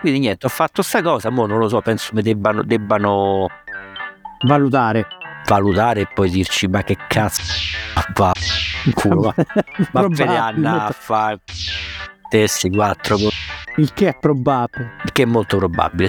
Quindi niente, ho fatto sta cosa, mo non lo so, penso mi debbano valutare e poi dirci ma che cazzo va culo, ma Anna a fare testi 4, il che è probabile, il che è molto probabile.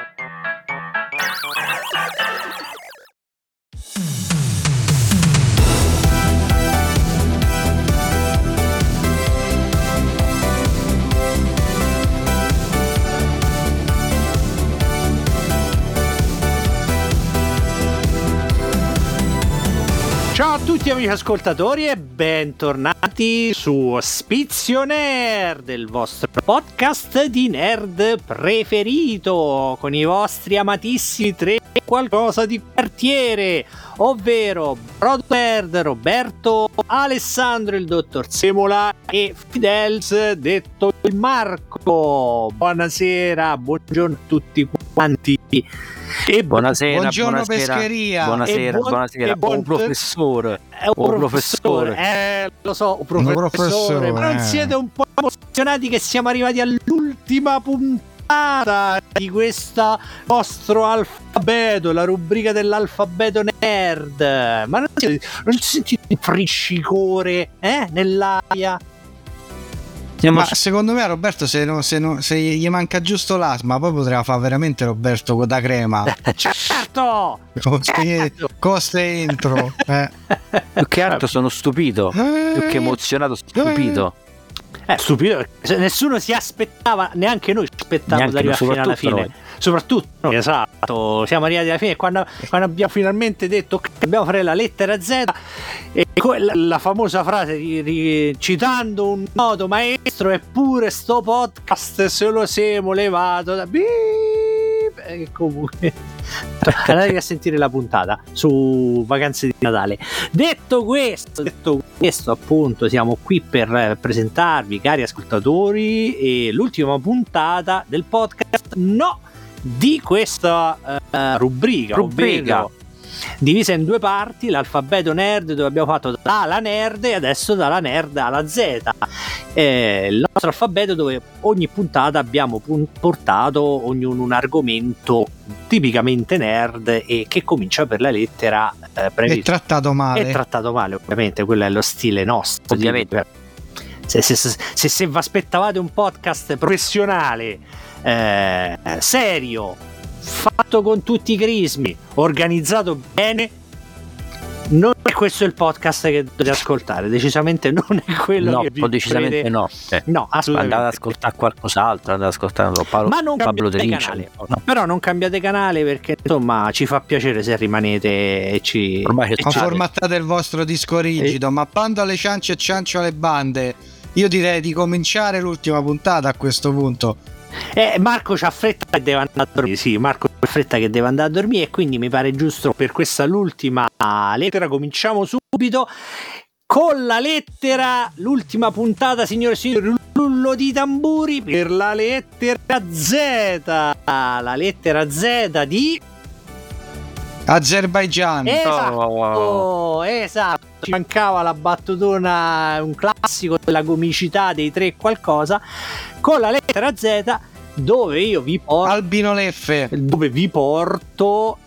Ciao a tutti amici ascoltatori e bentornati su Spizio Nerd, il vostro podcast di nerd preferito, con i vostri amatissimi tre qualcosa di quartiere, ovvero Brodo Nerd, Roberto, Alessandro il dottor Semola e Fidels detto il Marco. Buonasera, buongiorno a tutti quanti. E buonasera, buongiorno Pescheria. Buonasera, buon professore. Lo so, professore, ma non siete un po' emozionati che siamo arrivati all'ultima puntata di questo nostro alfabeto, la rubrica dell'alfabeto nerd? Ma non sentite il friccicore nell'aria? Ma secondo me Roberto se gli manca giusto l'asma poi potrà fare veramente Roberto da crema. Certo! Coste entro più che altro sono stupito, più che emozionato, stupito. Stupido, nessuno si aspettava, neanche noi aspettavamo di arrivare fino alla fine. Noi. Soprattutto noi, esatto, siamo arrivati alla fine quando abbiamo finalmente detto che dobbiamo fare la lettera Z e la famosa frase citando un noto maestro: eppure sto podcast se lo siamo levato da e comunque andate a sentire la puntata su Vacanze di Natale. Detto questo appunto siamo qui per presentarvi, cari ascoltatori, l'ultima puntata del podcast di questa rubrica. Ovvero, divisa in due parti, l'alfabeto nerd, dove abbiamo fatto dalla nerd e adesso dalla nerd alla Z, il nostro alfabeto dove ogni puntata abbiamo portato ognuno un argomento tipicamente nerd e che comincia per la lettera è trattato male, ovviamente quello è lo stile nostro, ovviamente. Se vi aspettavate un podcast professionale, serio, fatto con tutti i crismi, organizzato bene, non è questo il podcast che dovete ascoltare, decisamente non è quello che vi decisamente prevede. No, assolutamente. Andate ad ascoltare qualcos'altro, andate ad ascoltare ma non cambiate canale, però non cambiate canale, perché insomma ci fa piacere se rimanete e ci formattate il vostro disco rigido, ma bando alle ciance e ciancio alle bande. Io direi di cominciare l'ultima puntata a questo punto. Marco c'ha fretta che deve andare a dormire. Sì, Marco c'ha fretta che deve andare a dormire e quindi mi pare giusto per questa l'ultima lettera cominciamo subito con la lettera, l'ultima puntata, signore e signori, rullo di tamburi per la lettera Z. La lettera Z di Azerbaigian. Esatto. Ci mancava la battutona, un classico della comicità dei tre qualcosa, con la lettera Z, dove io vi porto Albino Leffe, dove vi porto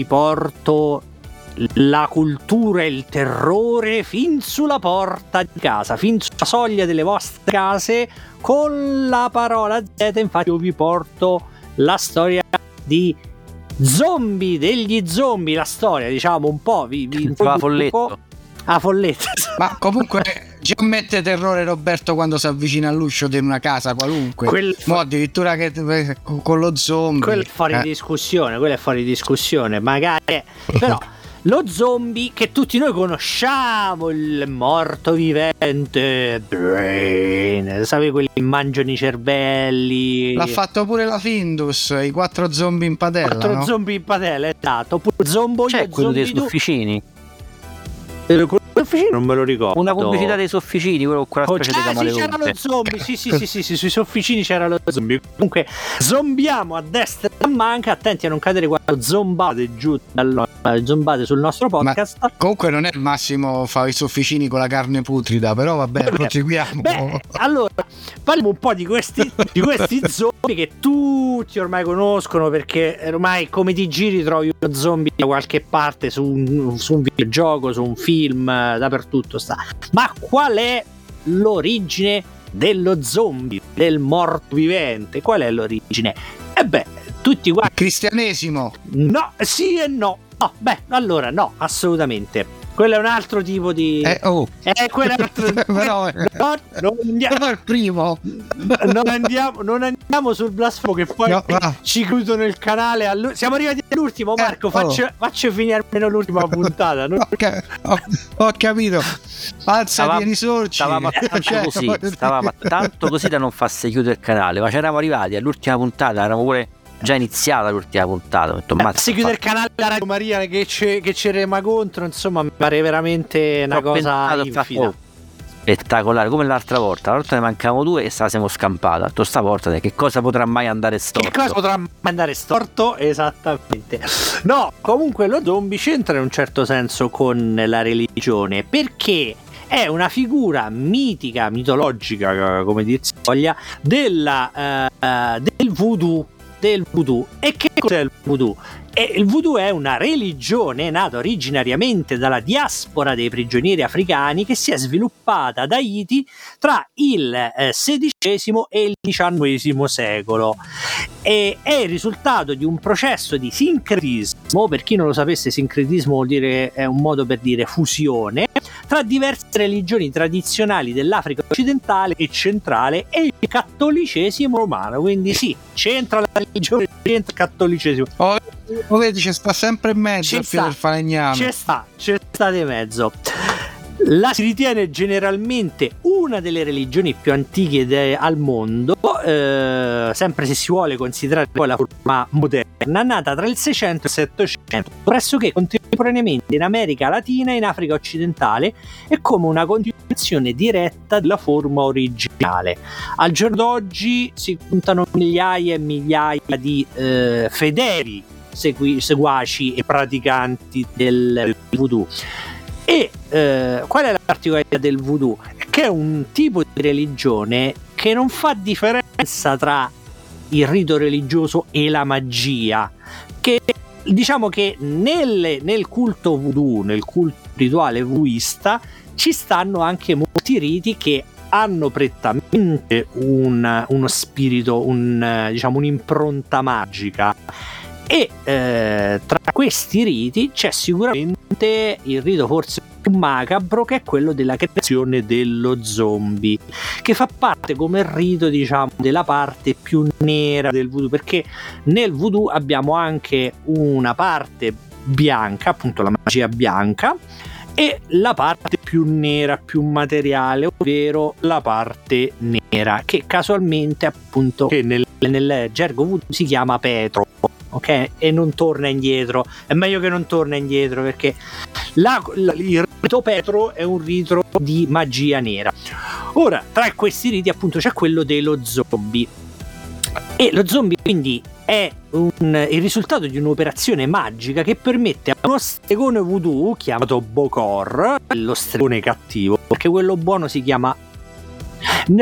la cultura e il terrore fin sulla porta di casa, fin sulla soglia delle vostre case, con la parola Z. Infatti io vi porto la storia di degli zombie, la storia, diciamo, un po' vi folletto. Folletta. Ma comunque già mette terrore Roberto quando si avvicina all'uscio di una casa qualunque, addirittura che con lo zombie, quello è fuori discussione, magari però lo zombie che tutti noi conosciamo, il morto vivente Brain, sai, quelli che mangiano i cervelli, l'ha fatto pure la Findus, i 4 zombie in padella, zombie in padella, esatto, oppure zombo, c'è quello dei sofficini, Sofficini non me lo ricordo. Una pubblicità dei Sofficini, quello con quella specie di camaleonte. Sì, c'era lo zombie, sì, sui Sofficini c'era lo zombie. Comunque zombiamo a destra e a manca, attenti a non cadere quando zombate giù zombate sul nostro podcast. Ma comunque non è il massimo fare i Sofficini con la carne putrida, però vabbè, proseguiamo. Allora, parliamo un po' di questi zombie che tutti ormai conoscono, perché ormai come ti giri trovi uno zombie da qualche parte su un videogioco, su un film, dappertutto sta. Ma qual è l'origine dello zombie, del morto vivente? Qual è l'origine? Tutti guardi. Cristianesimo. No, sì e no. No, allora no, assolutamente. Quello è un altro tipo di. Quello è un altro. Però non andiamo il primo. Non andiamo sul blasfemo, che poi ci chiudono il canale. Siamo arrivati all'ultimo, Marco. Faccio finire almeno l'ultima puntata. Ho capito. Alza di risorgi. Stavamo tanto così da non farsi chiudere il canale. Ma ci eravamo arrivati all'ultima puntata. Eravamo pure già iniziata l'ultima puntata. Ho detto, si chiude il canale della Radio Maria che ci rema contro. Insomma, mi pare veramente una cosa infida. Spettacolare, come l'altra volta. Ne mancavamo 2 e siamo scampata. Stavolta che cosa potrà mai andare storto? Esattamente. No, comunque lo zombie c'entra in un certo senso con la religione, perché è una figura mitica, mitologica, come dirsi voglia, del voodoo. E che cos'è il voodoo? Il voodoo è una religione nata originariamente dalla diaspora dei prigionieri africani, che si è sviluppata ad Haiti tra il XVI e il XIX secolo. E è il risultato di un processo di sincretismo. Per chi non lo sapesse, sincretismo è un modo per dire fusione tra diverse religioni tradizionali dell'Africa occidentale e centrale e il cattolicesimo romano. Quindi sì, c'entra la religione, c'entra il cattolicesimo. Vedi, ci sta sempre in mezzo il filo del falegname. C'è sta di mezzo. La si ritiene generalmente una delle religioni più antiche al mondo, sempre se si vuole considerare poi la forma moderna, nata tra il 600 e il 700, pressoché contemporaneamente in America Latina e in Africa occidentale, e come una continuazione diretta della forma originale. Al giorno d'oggi si contano migliaia e migliaia di fedeli seguaci e praticanti del voodoo. E qual è la particolarità del voodoo? Che è un tipo di religione che non fa differenza tra il rito religioso e la magia, che diciamo che nel culto voodoo, nel culto rituale voodooista, ci stanno anche molti riti che hanno prettamente uno spirito, un'impronta magica. E tra questi riti c'è sicuramente il rito forse più macabro, che è quello della creazione dello zombie, che fa parte come rito, della parte più nera del voodoo, perché nel voodoo abbiamo anche una parte bianca, appunto la magia bianca, e la parte più nera, più materiale, ovvero la parte nera, che casualmente appunto che nel gergo voodoo si chiama Petro. Ok, e non torna indietro. È meglio che non torna indietro, perché il rito Petro è un rito di magia nera. Ora, tra questi riti appunto c'è quello dello zombie, e lo zombie quindi è il risultato di un'operazione magica che permette a uno stregone voodoo chiamato Bokor, lo stregone cattivo, perché quello buono si chiama No,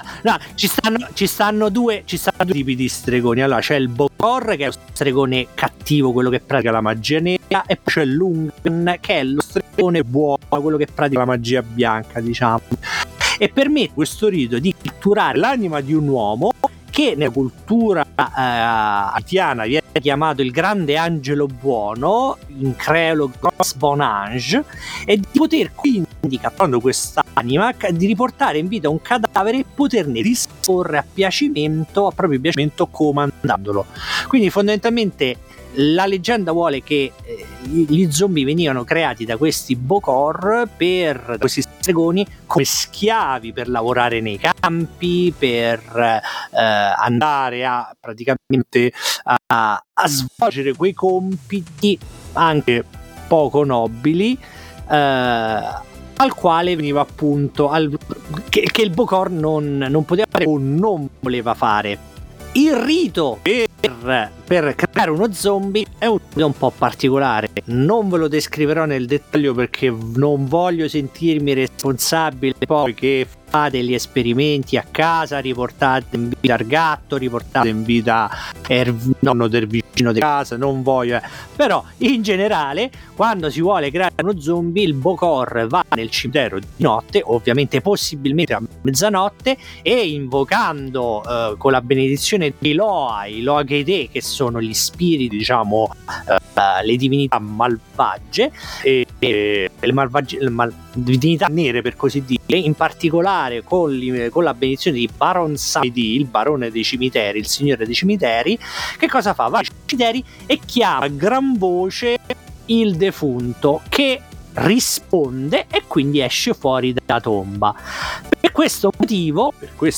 ci stanno due tipi di stregoni. Allora c'è il Bokor, che è lo stregone cattivo, quello che pratica la magia nera, e poi c'è l'Ungen, che è lo stregone buono, quello che pratica la magia bianca, e permette questo rito di catturare l'anima di un uomo, che nella cultura haitiana viene chiamato il grande angelo buono, in creolo Gros Bon Ange, e di poter quindi, catturando quest'anima, di riportare in vita un cadavere e poterne disporre a proprio piacimento, comandandolo. Quindi fondamentalmente la leggenda vuole che gli zombie venivano creati da questi Bokor, per questi stregoni, come schiavi per lavorare nei campi, per andare a praticamente a svolgere quei compiti anche poco nobili, al quale veniva appunto che il Bokor non poteva fare o non voleva fare. Il rito per creare uno zombie è un po' particolare, non ve lo descriverò nel dettaglio perché non voglio sentirmi responsabile poi che fate gli esperimenti a casa, riportate in vita il gatto, riportate in vita il nonno del vicino di casa, non voglio però in generale quando si vuole creare uno zombie il Bokor va nel cimitero di notte, ovviamente possibilmente a mezzanotte, e invocando con la benedizione di Loa, i Loa Geide, che sono gli spiriti, diciamo le divinità malvagie le divinità nere per così dire, in particolare con la benedizione di Baron Samedi, il barone dei cimiteri, il signore dei cimiteri, che cosa fa? Va ai cimiteri e chiama a gran voce il defunto, che risponde e quindi esce fuori dalla tomba. Per questo motivo,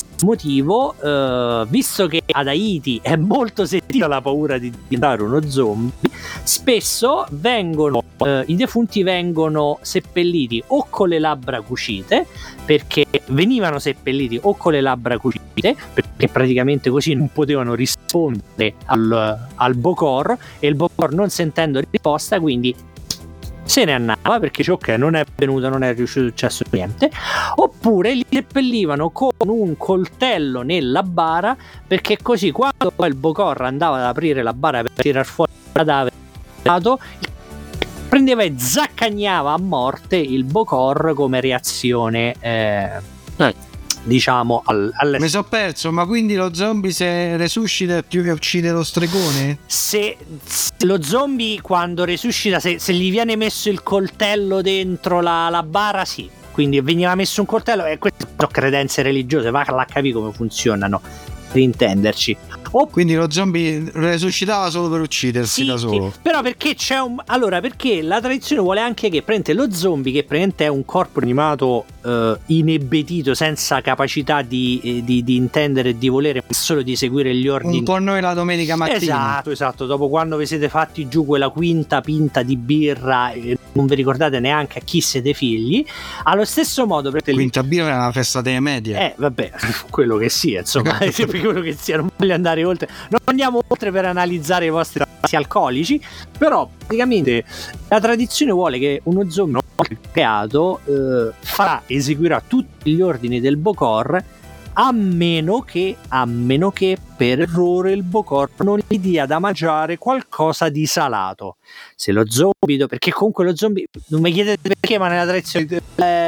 visto che ad Haiti è molto sentita la paura di diventare uno zombie, spesso i defunti vengono seppelliti o con le labbra cucite, perché venivano seppelliti o con le labbra cucite, perché praticamente così non potevano rispondere al Bokor, e il Bokor, non sentendo risposta, quindi se ne andava, perché ok, non è venuto, non è successo niente. Oppure li seppellivano con un coltello nella bara, perché così quando poi il Bokor andava ad aprire la bara per tirar fuori il cadavere, prendeva e zaccagnava a morte il Bokor come reazione diciamo mi sono perso, ma quindi lo zombie se resuscita è più che uccide lo stregone? Se lo zombie quando resuscita, se gli viene messo il coltello dentro la bara, sì, quindi veniva messo un coltello, e queste sono credenze religiose, va a capire come funzionano, per intenderci. Quindi lo zombie resuscitava solo per uccidersi da solo. Sì, però perché perché la tradizione vuole anche che prende lo zombie, che praticamente è un corpo animato inebbetito, senza capacità di intendere e di volere, ma solo di seguire gli ordini. Un po' noi la domenica mattina. Esatto. Dopo quando vi siete fatti giù quella quinta pinta di birra e non vi ricordate neanche a chi siete figli, allo stesso modo quinta birra è una festa delle medie. Vabbè, quello che sia, insomma, quello che sia, non voglio andare oltre, non andiamo oltre per analizzare i vostri tassi alcolici, però praticamente la tradizione vuole che uno zombie creato eseguirà tutti gli ordini del Bokor, a meno che per errore il Bokor non gli dia da mangiare qualcosa di salato. Se lo zombie, perché comunque lo zombie, non mi chiedete perché, ma nella tradizione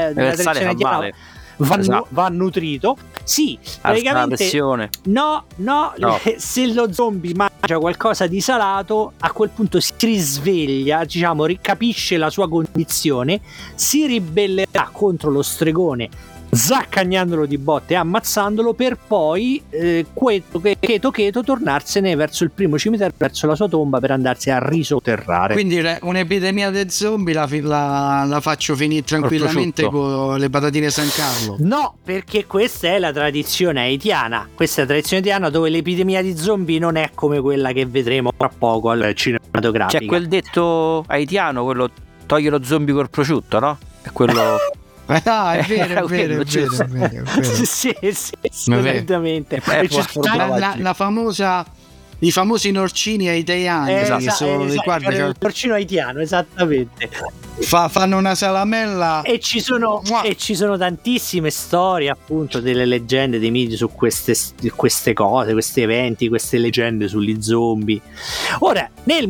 va nutrito. Sì, praticamente no. Se lo zombie mangia qualcosa di salato, a quel punto si risveglia, diciamo, capisce la sua condizione, si ribellerà contro lo stregone, zaccagnandolo di botte e ammazzandolo, per poi cheto tornarsene verso il primo cimitero, verso la sua tomba, per andarsi a risotterrare. Quindi un'epidemia del zombie la faccio finire tranquillamente con le patatine San Carlo? No, perché questa è la tradizione haitiana. Questa è la tradizione haitiana, dove l'epidemia di zombie non è come quella che vedremo tra poco al cinematografico. C'è quel detto haitiano, quello togli lo zombie col prosciutto, no? È quello... è vero. Sì, assolutamente. La famosa, i famosi norcini haitiani, che sono il norcino haitiano, esattamente. Fanno una salamella e ci sono tantissime storie, appunto, delle leggende, dei miti su queste cose, questi eventi, queste leggende sugli zombie. Ora, nel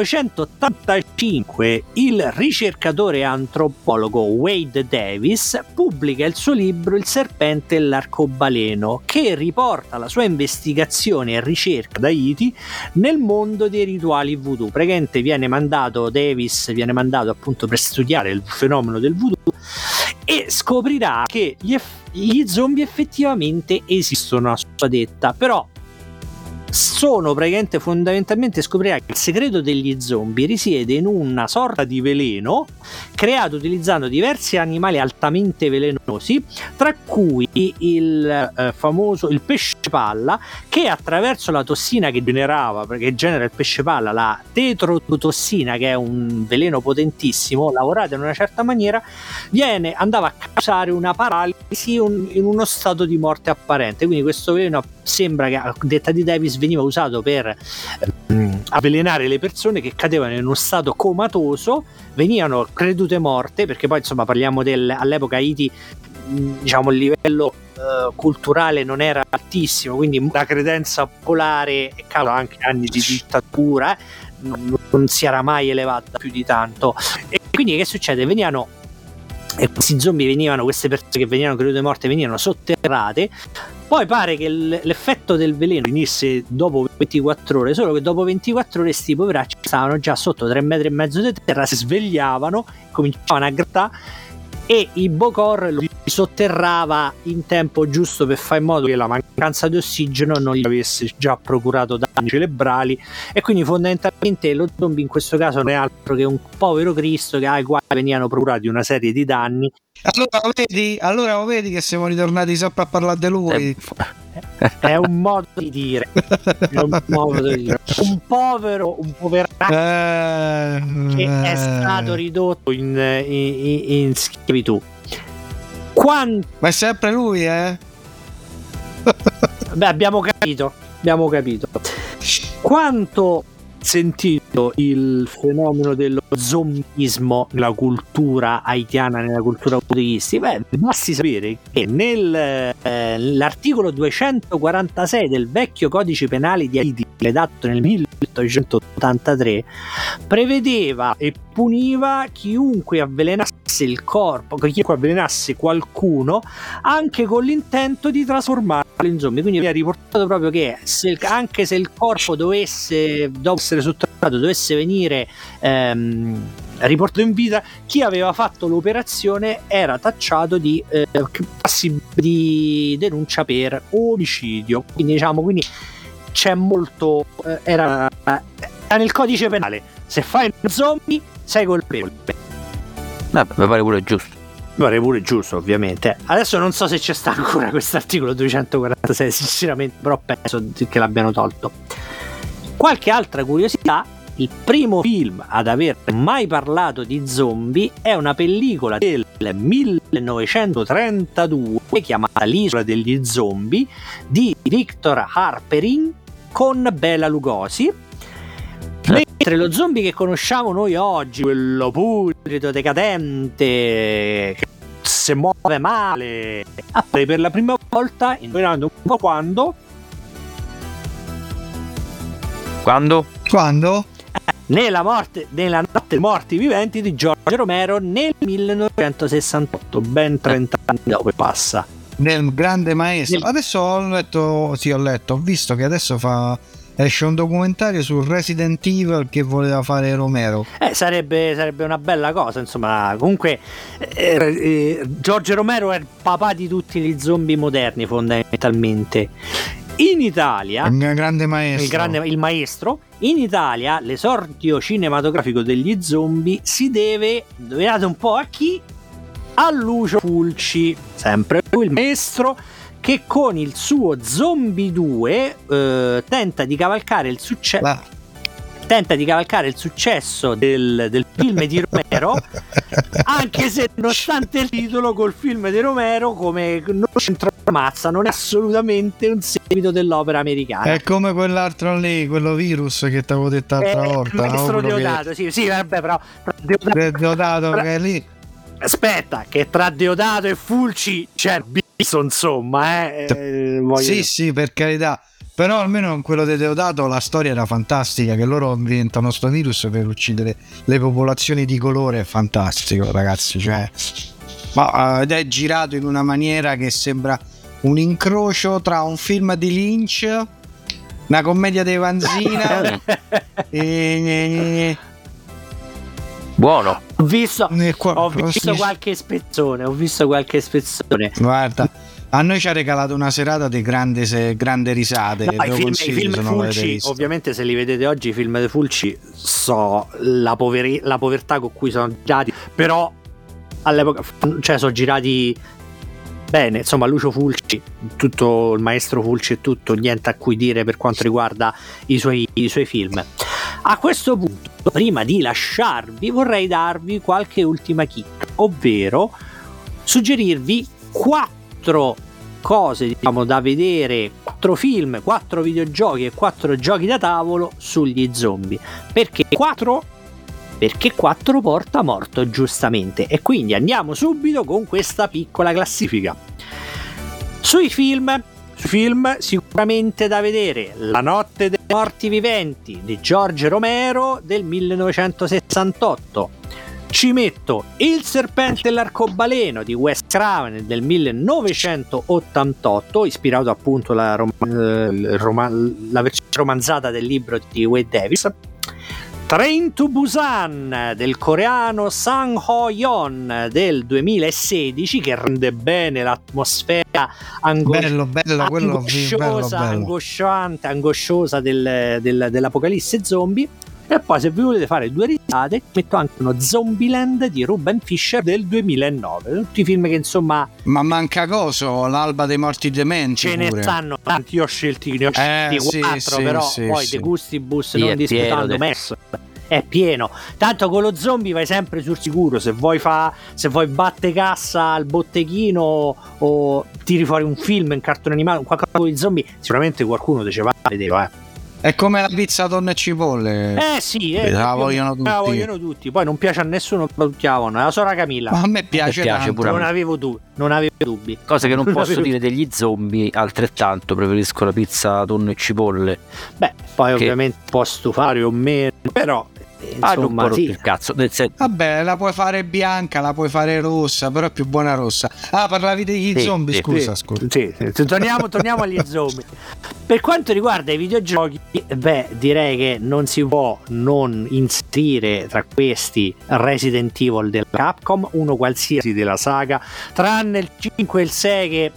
1985 il ricercatore e antropologo Wade Davis pubblica il suo libro Il serpente e l'arcobaleno, che riporta la sua investigazione e ricerca da Haiti nel mondo dei rituali voodoo. Praticamente Davis viene mandato appunto per studiare il fenomeno del voodoo, e scoprirà che gli zombie effettivamente esistono a sua detta, però sono praticamente, fondamentalmente scoprirà che il segreto degli zombie risiede in una sorta di veleno creato utilizzando diversi animali altamente velenosi velenosi, tra cui il famoso il pesce palla, che attraverso la tossina che genera il pesce palla, la tetrodotossina, che è un veleno potentissimo, lavorata in una certa maniera, andava a causare una paralisi in uno stato di morte apparente. Quindi questo veleno sembra che, a detta di Davis, veniva usato per avvelenare le persone che cadevano in uno stato comatoso, venivano credute morte, perché poi insomma parliamo all'epoca Haiti, diciamo il livello culturale non era altissimo, quindi la credenza popolare, e causa anche anni di dittatura, non si era mai elevata più di tanto. E quindi che succede? Questi zombie queste persone che venivano credute morte venivano sotterrate. Poi pare che l'effetto del veleno finisse dopo 24 ore, solo che dopo 24 ore sti poveracci stavano già sotto 3,5 metri di terra, si svegliavano, cominciavano a grattare, e il Bocor li sotterrava in tempo giusto per fare in modo che la mancanza di ossigeno non gli avesse già procurato danni cerebrali. E quindi fondamentalmente lo zombie in questo caso non è altro che un povero Cristo ai quali venivano procurati una serie di danni. Allora vedi che siamo ritornati sempre a parlare di lui. È un modo di dire, un poveraccio che è stato ridotto in schiavitù. Ma è sempre lui, Beh, abbiamo capito. Quanto sentito il fenomeno dello zombismo nella cultura haitiana, nella cultura buddisti? Beh, basti sapere che nell'articolo 246 del vecchio codice penale di Haiti, redatto nel 1883, prevedeva e puniva chiunque avvelenasse il corpo, chiunque avvelenasse qualcuno, anche con l'intento di trasformarlo in zombie. Quindi mi ha riportato proprio che anche se il corpo dovesse, dopo essere sotterrato, dovesse venire riportato in vita, chi aveva fatto l'operazione era tacciato di denuncia per omicidio. Quindi diciamo, c'è molto era nel codice penale: se fai un zombie sei colpevole. Mi pare pure giusto. Ovviamente. Adesso non so se c'è sta ancora questo articolo 246, sinceramente, però penso che l'abbiano tolto. Qualche altra curiosità: il primo film ad aver mai parlato di zombie è una pellicola del 1932 chiamata L'isola degli zombie di Victor Harperin con Bela Lugosi. Mentre lo zombie che conosciamo noi oggi, quello purido, decadente, che si muove male, appare per la prima volta, indovinando un po' quando? Nella notte dei morti viventi di Giorgio Romero nel 1968, ben 30 anni dopo passa. Nel grande maestro. Adesso ho visto che adesso esce un documentario su Resident Evil che voleva fare Romero. Sarebbe una bella cosa, insomma. Comunque Giorgio Romero è il papà di tutti gli zombie moderni, fondamentalmente. In Italia, un grande maestro. Il maestro. In Italia l'esordio cinematografico degli zombie si deve, indovinate un po' a chi? A Lucio Fulci, sempre lui il maestro, che con il suo Zombie 2 tenta di cavalcare il successo del film di Romero, anche se nonostante il titolo, col film di Romero, come non c'entra mazza, non è assolutamente un seguito dell'opera americana. È come quell'altro lì, quello Virus che ti avevo detto l'altra volta, Maestro Deodato, sì, vabbè, però Deodato che è lì. Aspetta, che tra Deodato e Fulci c'è visto, insomma, Sì, per carità. Però almeno in quello di Deodato la storia era fantastica, che loro inventano sto virus per uccidere le popolazioni di colore. È fantastico, ragazzi, ma ed è girato in una maniera che sembra un incrocio tra un film di Lynch, una commedia di Vanzina buono. Ho visto qualche spezzone. Guarda, a noi ci ha regalato una serata di grandi risate. I film di Fulci, ovviamente, se li vedete oggi, i film di Fulci, la povertà con cui sono girati, però all'epoca, sono girati Bene, insomma, Lucio Fulci, tutto il maestro Fulci e tutto, niente a cui dire per quanto riguarda i suoi film. A questo punto, prima di lasciarvi, vorrei darvi qualche ultima chicca, ovvero suggerirvi 4 cose, diciamo, da vedere, 4 film, 4 videogiochi e 4 giochi da tavolo sugli zombie. Perché 4? Perché 4 porta morto, giustamente. E quindi andiamo subito con questa piccola classifica. Sui film sicuramente da vedere La notte dei morti viventi di George Romero del 1968. Ci metto Il serpente e l'arcobaleno di Wes Craven del 1988, ispirato appunto alla versione romanzata del libro di Wade Davis. Train to Busan del coreano Sang Ho-yeon del 2016, che rende bene l'atmosfera angosciosa dell'apocalisse zombie. E poi, se vi volete fare 2 risate, metto anche uno Zombieland di Ruben Fischer del 2009. Tutti i film che insomma. Ma manca coso, L'alba dei morti dementi. Ce ne stanno tanti, io ho scelti 4, però poi De Gustibus non disputando messo. È pieno, tanto con lo zombie vai sempre sul sicuro. Se vuoi batte cassa al botteghino o tiri fuori un film, un cartone animato, qualcosa con i zombie, sicuramente qualcuno te ce va a vedere, È come la pizza tonno e cipolle. Sì, la vogliono tutti. Poi non piace a nessuno, ma tutti la vogliono. La sora Camilla. Ma a me piace pure. Non avevo dubbi. Cose che non posso dire degli zombie, altrettanto preferisco la pizza tonno e cipolle. Beh, poi ovviamente può stufare o meno, però insomma, sì. Il cazzo. Vabbè, la puoi fare bianca, la puoi fare rossa, però è più buona rossa. Parlavi degli zombie, scusa. Sì. Torniamo agli zombie. Per quanto riguarda i videogiochi, direi che non si può non inserire tra questi Resident Evil della Capcom, uno qualsiasi della saga, tranne il 5 e il 6 che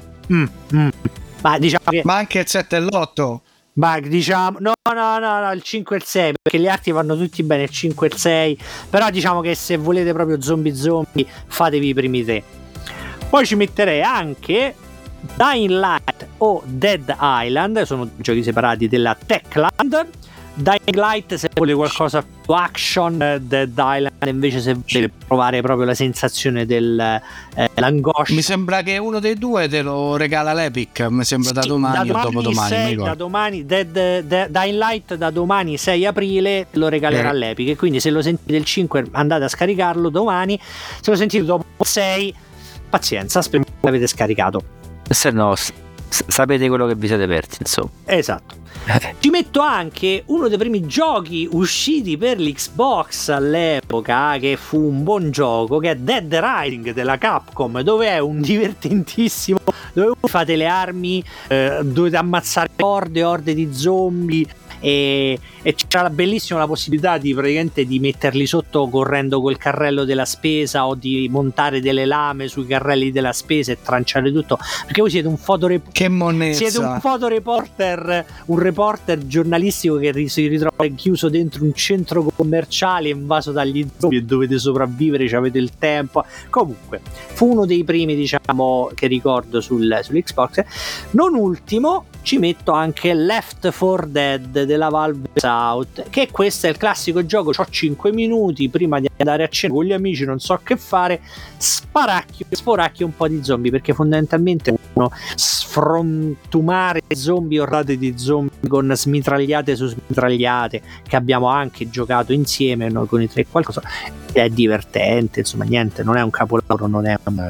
ma diciamo che... Ma anche il 7 e l'8? Ma diciamo no, il 5 e il 6, perché gli altri vanno tutti bene, il 5 e il 6, però diciamo che se volete proprio zombie fatevi i primi 3. Poi ci metterei anche Dying Light o Dead Island, sono giochi separati della Techland. Dying Light se volete qualcosa più action, Dead Island invece se volete provare proprio la sensazione dell'angoscia. Mi sembra che uno dei due te lo regala l'Epic, mi sembra da domani o dopodomani. Da domani, Dying Light da domani 6 aprile lo regalerà l'Epic, e quindi se lo sentite il 5 andate a scaricarlo domani, se lo sentite dopo 6 pazienza, spero che l'avete scaricato. Se no sapete quello che vi siete persi, insomma. Esatto. Ci metto anche uno dei primi giochi usciti per l'Xbox all'epoca, che fu un buon gioco, che è Dead Rising della Capcom, dove è un divertentissimo, dove fate le armi, dovete ammazzare orde di zombie, e c'era bellissima la possibilità di praticamente di metterli sotto correndo col carrello della spesa, o di montare delle lame sui carrelli della spesa e tranciare tutto, perché voi siete un fotoreporter, un reporter giornalistico che si ritrova chiuso dentro un centro commerciale invaso dagli zombie e dovete sopravvivere, avete il tempo. Comunque fu uno dei primi, diciamo, che ricordo sull'Xbox. Non ultimo ci metto anche Left 4 Dead della Valve South, che questo è il classico gioco, c'ho 5 minuti prima di andare a cena con gli amici, non so che fare, sporacchio un po' di zombie, perché fondamentalmente uno sfrontumare zombie, orrate di zombie con smitragliate su smitragliate, che abbiamo anche giocato insieme noi con i 3 qualcosa, è divertente, insomma, niente, non è un capolavoro, non è un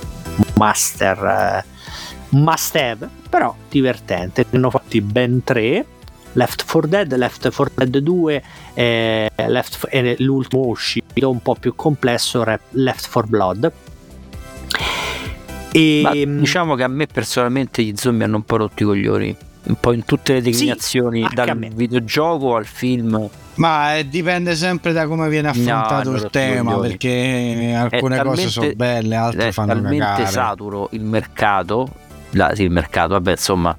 must have, però divertente. Ne hanno fatti ben 3: Left 4 Dead, Left 4 Dead 2 e l'ultimo uscito un po' più complesso, Left 4 Blood. Ma diciamo che a me personalmente gli zombie hanno un po' rotto i coglioni, un po' in tutte le declinazioni, dal videogioco al film. Ma dipende sempre da come viene affrontato il tema, perché alcune cose sono belle, altre fanno cagare. È talmente saturo il mercato, vabbè, insomma,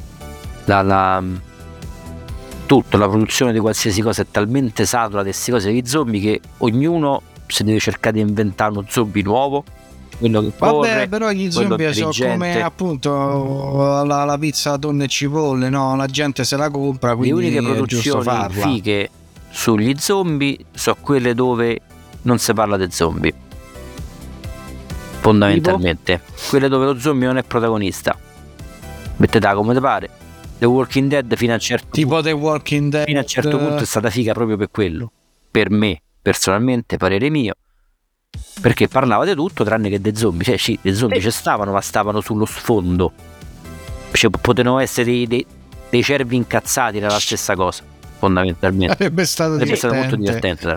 tutta la produzione di qualsiasi cosa è talmente satura di queste cose di zombie che ognuno si deve cercare di inventare uno zombie nuovo quello che corre, però gli zombie sono come appunto la pizza tonno e cipolle, no? La gente se la compra, quindi le uniche produzioni fighe sugli zombie sono quelle dove non si parla di zombie, fondamentalmente quelle dove lo zombie non è protagonista. Mettetela come te pare. The Walking Dead fino a certo tipo The Walking Dead fino a un certo punto è stata figa proprio per quello, per me personalmente, parere mio, perché parlava di tutto tranne che dei zombie. Cioè sì, dei zombie ci stavano, ma stavano sullo sfondo, cioè, potevano essere dei cervi incazzati, era la stessa cosa fondamentalmente. Sarebbe stato molto divertente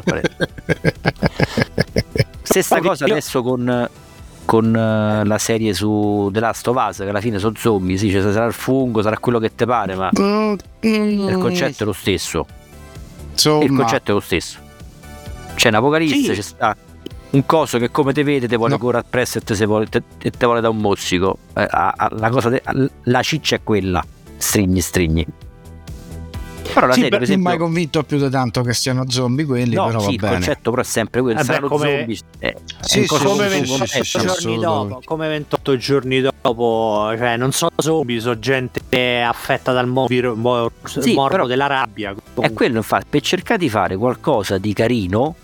stessa cosa adesso con la serie su The Last of Us, che alla fine sono zombie, sì, cioè sarà il fungo, sarà quello che te pare, ma il concetto è lo stesso. Insomma. Il concetto è lo stesso. C'è un'apocalisse, c'è sta un coso che come te vede te vuole correre appresso e te vuole da un mozzico. La ciccia è quella. Stringhi. Però la serie, per esempio, non mi hai convinto più di tanto che siano zombie quelli, no, però sì, va il bene. concetto però è sempre quello, saranno zombie. Come 28 giorni dopo, cioè non so zombie, sono gente affetta dal morbo della rabbia. È quello, infatti, per cercare di fare qualcosa di carino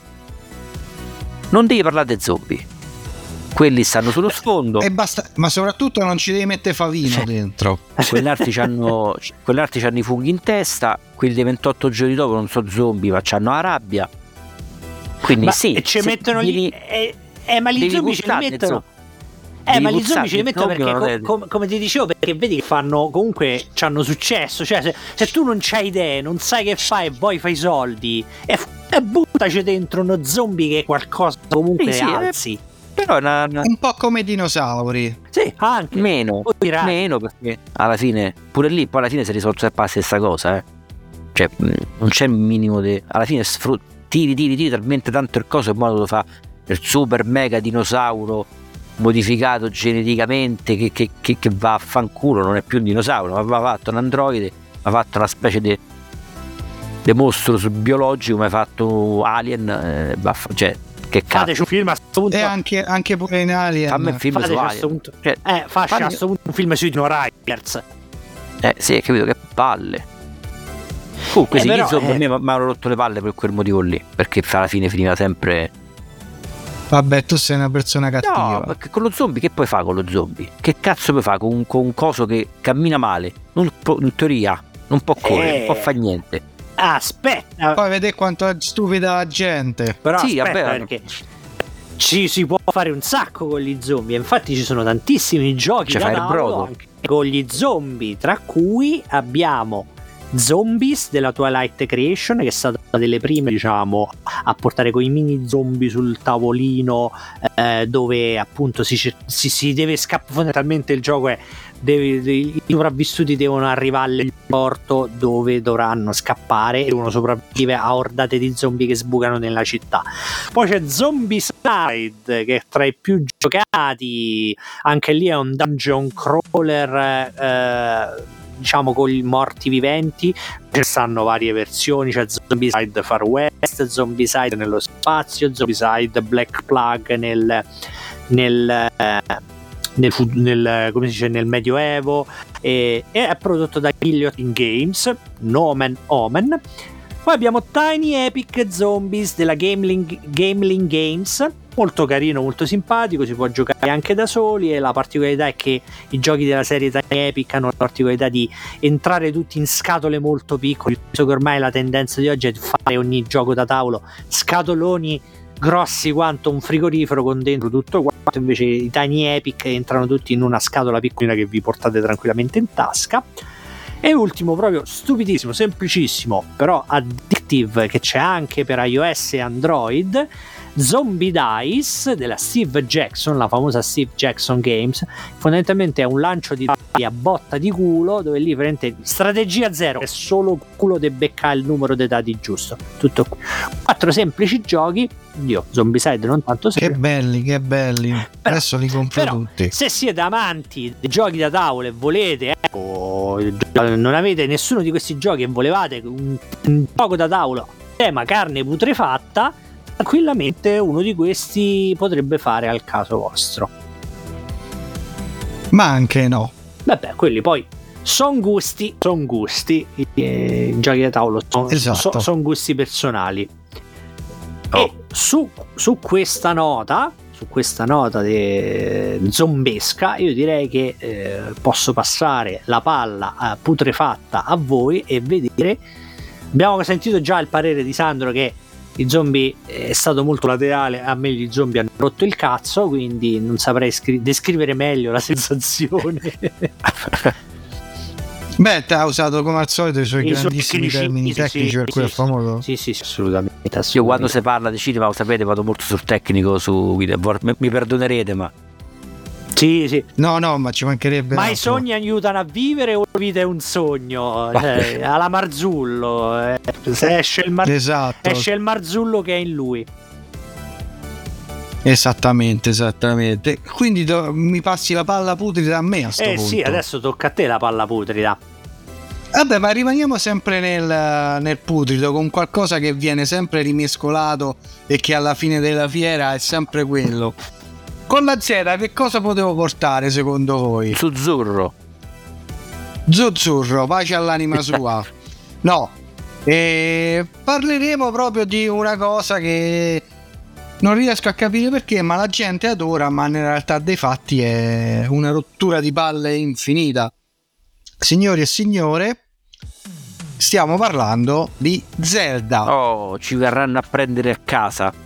non devi parlare di zombie. Quelli stanno sullo sfondo e basta, ma soprattutto non ci devi mettere Favino dentro. Quell'altri c'hanno i funghi in testa, quelli dei 28 giorni dopo non so zombie, ma c'hanno la rabbia. Quindi ma sì, ci mettono gli ma gli zombie ce li mettono. Ma gli zombie ce li mettono perché come ti dicevo, perché vedi che fanno comunque c'hanno successo, cioè se tu non c'hai idee, non sai che fai e poi fai soldi e buttaci dentro uno zombie che qualcosa comunque alzi. Però è un po' come i dinosauri. Sì, anche meno perché alla fine pure lì poi alla fine si è risolto la stessa cosa, cioè non c'è il minimo alla fine tiri talmente tanto il coso in modo da fa il super mega dinosauro modificato geneticamente che va a fanculo, non è più un dinosauro, ma va fatto un androide, va fatto una specie di mostro biologico, ma ha fatto Alien, cioè che fateci un film a sto punto, e anche pure in Alien. Fammi un film su Alien, facci a sto punto un film sui Dino Riders. Sì, hai capito, che palle. Comunque sì, però, a me mi hanno rotto le palle per quel motivo lì, perché alla fine finiva sempre. Vabbè, tu sei una persona cattiva. No, perché con lo zombie che puoi fare con lo zombie? Che cazzo puoi fare con un coso che cammina male? In teoria non può correre, non può fare niente. Aspetta, poi vedete quanto è stupida la gente. Però sì, aspetta, perché ci si può fare un sacco con gli zombie. Infatti ci sono tantissimi giochi da tavolo anche con gli zombie, tra cui abbiamo Zombies della Twilight Creation, che è stata una delle prime, diciamo, a portare quei mini zombie sul tavolino, dove appunto si deve scappare. Fondamentalmente il gioco è i sopravvissuti devono arrivare al porto dove dovranno scappare e uno sopravvive a ordate di zombie che sbucano nella città. Poi c'è Zombicide, che è tra i più giocati, anche lì è un dungeon crawler, diciamo con i morti viventi. Ci stanno varie versioni, c'è Zombicide Far West, Zombicide nello spazio, Zombicide Black Plug come si dice, nel Medioevo, e è prodotto da Guillotine Games, Nomen Omen. Poi abbiamo Tiny Epic Zombies della Gameling Games, molto carino, molto simpatico, si può giocare anche da soli, e la particolarità è che i giochi della serie Tiny Epic hanno la particolarità di entrare tutti in scatole molto piccole. Penso che ormai la tendenza di oggi è di fare ogni gioco da tavolo scatoloni grossi quanto un frigorifero con dentro tutto quanto, invece i Tiny Epic entrano tutti in una scatola piccolina che vi portate tranquillamente in tasca. E ultimo, proprio stupidissimo, semplicissimo, però addictive, che c'è anche per iOS e Android, Zombie Dice della Steve Jackson, la famosa Steve Jackson Games. Fondamentalmente è un lancio di dadi a botta di culo, dove lì veramente strategia zero, è solo culo de becca il numero dei dadi giusto. Tutto qui. 4 semplici giochi. Dio, Zombicide non tanto semplice. Che belli. Però, adesso li compro tutti. Se siete amanti dei giochi da tavolo e volete, non avete nessuno di questi giochi e volevate un gioco da tavolo tema carne putrefatta, tranquillamente uno di questi potrebbe fare al caso vostro. Ma anche no. Vabbè, quelli poi sono gusti, i giochi da tavolo sono gusti personali. E su questa nota zombesca, io direi che posso passare la palla putrefatta a voi e vedere. Abbiamo sentito già il parere di Sandro che i zombie è stato molto laterale, a me gli zombie hanno rotto il cazzo, quindi non saprei descrivere meglio la sensazione. Beh, te ha usato come al solito i suoi grandissimi termini tecnici, per cui è famoso. Sì, assolutamente. Io quando si parla di cinema, lo sapete, vado molto sul tecnico, su mi perdonerete, ma sì. No, ma ci mancherebbe. Ma i sogni aiutano a vivere o la vita è un sogno? Cioè, alla Marzullo, se esce il Marzullo che è in lui. Esattamente. Quindi mi passi la palla putrida a me a sto punto. Sì, adesso tocca a te la palla putrida. Vabbè, ma rimaniamo sempre nel putrido, con qualcosa che viene sempre rimescolato e che alla fine della fiera è sempre quello. Con la Z che cosa potevo portare secondo voi? Zuzzurro, pace all'anima sua. No, parleremo proprio di una cosa che non riesco a capire perché, ma la gente adora, ma nella realtà dei fatti è una rottura di palle infinita. Signori e signore, stiamo parlando di Zelda. Ci verranno a prendere a casa.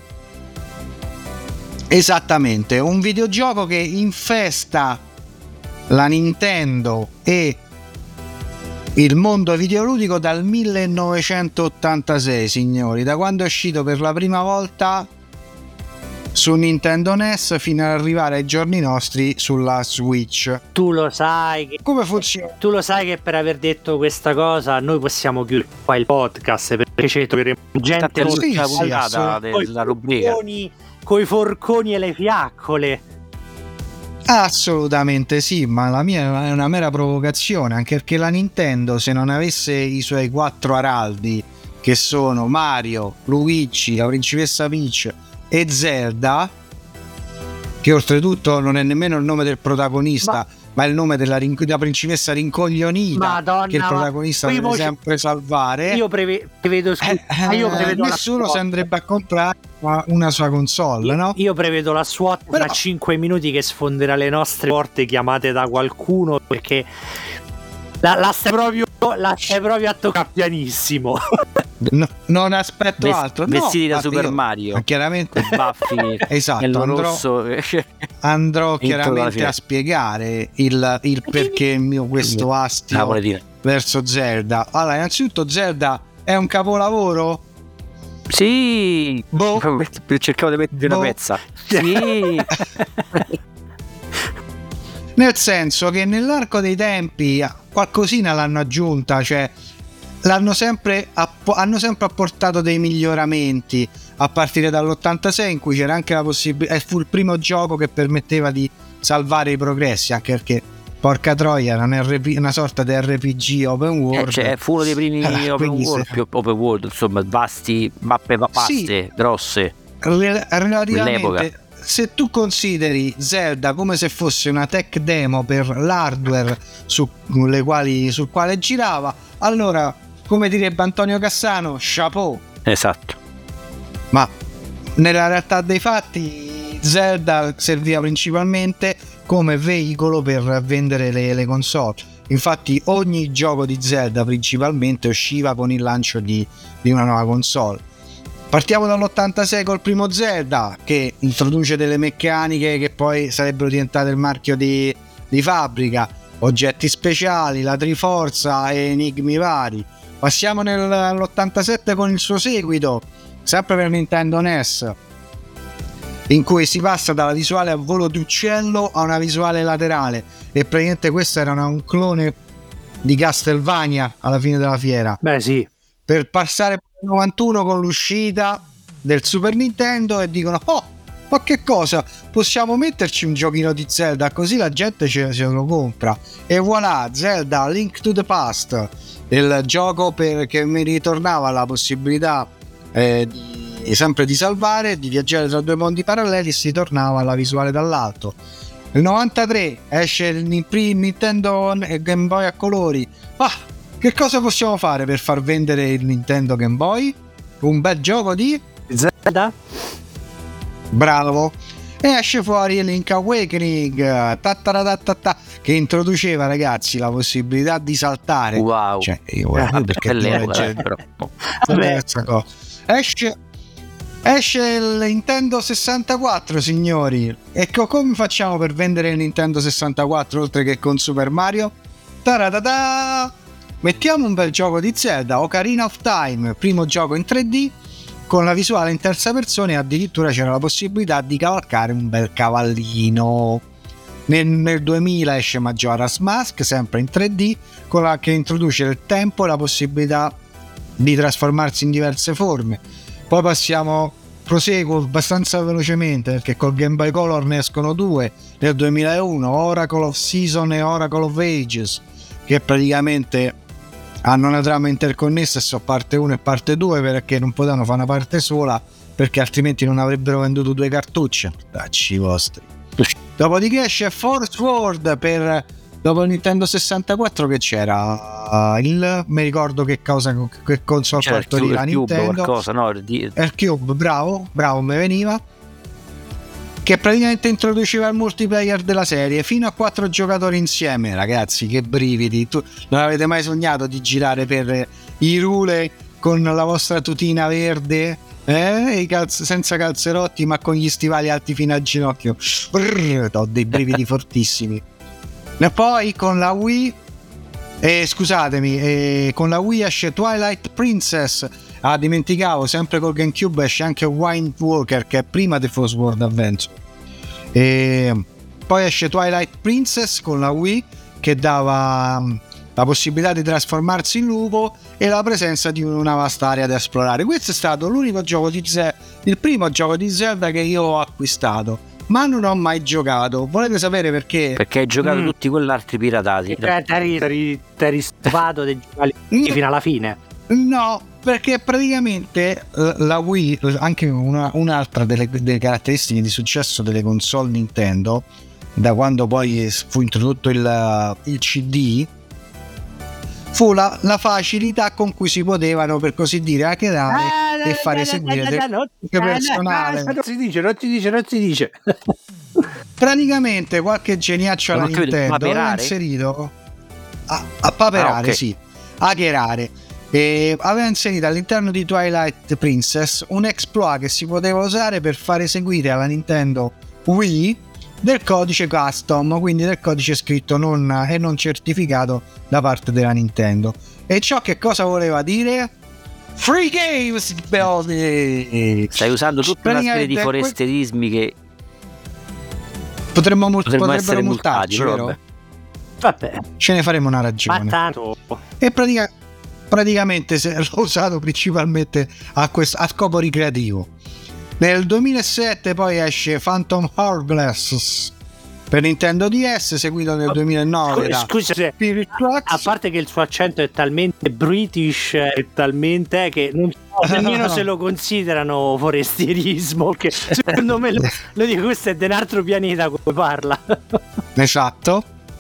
Esattamente, un videogioco che infesta la Nintendo e il mondo videoludico dal 1986, signori, da quando è uscito per la prima volta su Nintendo NES fino ad arrivare ai giorni nostri sulla Switch. Tu lo sai che come funziona? Tu lo sai che per aver detto questa cosa noi possiamo chiudere qua il podcast, perché ci troveremo gente della rubrica coi forconi e le fiaccole. Assolutamente sì, ma la mia è una mera provocazione, anche perché la Nintendo, se non avesse i suoi 4 araldi, che sono Mario, Luigi, la principessa Peach e Zelda, che oltretutto non è nemmeno il nome del protagonista, ma è il nome della principessa rincoglionita. Madonna, che il protagonista deve sempre salvare. Io prevedo nessuno si andrebbe a comprare una sua console, no? Io prevedo la SWAT tra 5 minuti che sfonderà le nostre porte chiamate da qualcuno, perché la stai proprio a toccare pianissimo. No, non aspetto altro. Vestiti da Super Mario, chiaramente baffi. Esatto, andrò chiaramente a spiegare il perché questo astio verso Zelda. Allora, innanzitutto Zelda è un capolavoro? Sì, cercavo di mettere una pezza. Sì. Nel senso che nell'arco dei tempi qualcosina l'hanno aggiunta, cioè hanno sempre apportato dei miglioramenti, a partire dall'86 in cui c'era anche la possibilità, fu il primo gioco che permetteva di salvare i progressi, anche perché porca troia era una sorta di RPG open world, cioè, fu uno dei primi open world, insomma, vasti, mappe vaste, grosse relativamente. Nell'epoca. Se tu consideri Zelda come se fosse una tech demo per l'hardware sul quale girava, allora, come direbbe Antonio Cassano, chapeau. Esatto. Ma nella realtà dei fatti Zelda serviva principalmente come veicolo per vendere le console. Infatti ogni gioco di Zelda principalmente usciva con il lancio di una nuova console. Partiamo dall'86 col primo Zelda, che introduce delle meccaniche che poi sarebbero diventate il marchio di fabbrica, oggetti speciali, la Triforza e enigmi vari. Passiamo nell'87 con il suo seguito, sempre per Nintendo NES, in cui si passa dalla visuale a volo d'uccello a una visuale laterale, e praticamente questo era un clone di Castlevania alla fine della fiera. Beh sì. Per passare 91 con l'uscita del Super Nintendo e dicono: ma che cosa, possiamo metterci un giochino di Zelda, così la gente se lo compra. E voilà, Zelda Link to the Past, il gioco che mi ritornava la possibilità sempre di salvare, di viaggiare tra due mondi paralleli, e si tornava alla visuale dall'alto. Il 93 esce il Nintendo Game Boy a colori. Che cosa possiamo fare per far vendere il Nintendo Game Boy? Un bel gioco di Zelda? Bravo. E esce fuori Link Awakening che introduceva, ragazzi, la possibilità di saltare. Wow. Cioè, perché esce il Nintendo 64, signori. E come facciamo per vendere il Nintendo 64 oltre che con Super Mario? Mettiamo un bel gioco di Zelda, Ocarina of Time, primo gioco in 3D con la visuale in terza persona, e addirittura c'era la possibilità di cavalcare un bel cavallino. Nel 2000 esce Majora's Mask, sempre in 3D, che introduce il tempo e la possibilità di trasformarsi in diverse forme. Poi proseguo abbastanza velocemente perché col Game Boy Color ne escono due nel 2001, Oracle of Season e Oracle of Ages, che praticamente hanno una trama interconnessa e sono parte 1 e parte 2, perché non potevano fare una parte sola perché altrimenti non avrebbero venduto due cartucce. Dacci vostri. Dopodiché esce Force World dopo il Nintendo 64, che c'era mi ricordo che console portatori la Nintendo, qualcosa, no? Il Cube, bravo, mi veniva, che praticamente introduceva il multiplayer della serie fino a 4 giocatori insieme. Ragazzi, che brividi. Non avete mai sognato di girare per Hyrule con la vostra tutina verde, senza calzerotti ma con gli stivali alti fino al ginocchio? Ho dei brividi fortissimi. E poi con la Wii con la Wii esce Twilight Princess. Dimenticavo, sempre col GameCube esce anche Wind Walker, che è prima di Force World Adventure. E poi esce Twilight Princess con la Wii, che dava la possibilità di trasformarsi in lupo e la presenza di una vasta area da esplorare. Questo è stato l'unico gioco il primo gioco di Zelda che io ho acquistato, ma non ho mai giocato. Volete sapere perché? Perché hai giocato tutti quell'altri piratati. Ti eri stufato di giocare fino alla fine? No, perché praticamente la Wii, anche un'altra delle caratteristiche di successo delle console Nintendo, da quando poi fu introdotto il CD, fu la facilità con cui si potevano, per così dire, hackerare e fare seguire del personale. Non si dice. Praticamente qualche geniaccio alla Nintendo aveva inserito a paperare, okay. Sì, hackerare. E aveva inserito all'interno di Twilight Princess un exploit che si poteva usare per fare eseguire alla Nintendo Wii del codice custom, quindi del codice scritto e non certificato da parte della Nintendo. E ciò che cosa voleva dire? Free games! Stai usando tutta una serie di foresterismi che potrebbero multarci, vero? Vabbè, ce ne faremo una ragione. Ma tanto. E praticamente l'ho usato principalmente a scopo ricreativo. Nel 2007 poi esce Phantom Hourglass per Nintendo DS, seguito nel 2009 scusa, Spirit Tracks. A parte che il suo accento è talmente british, è talmente che non so nemmeno se lo considerano forestierismo, che secondo me lo dico, questo è di un altro pianeta come parla. Esatto.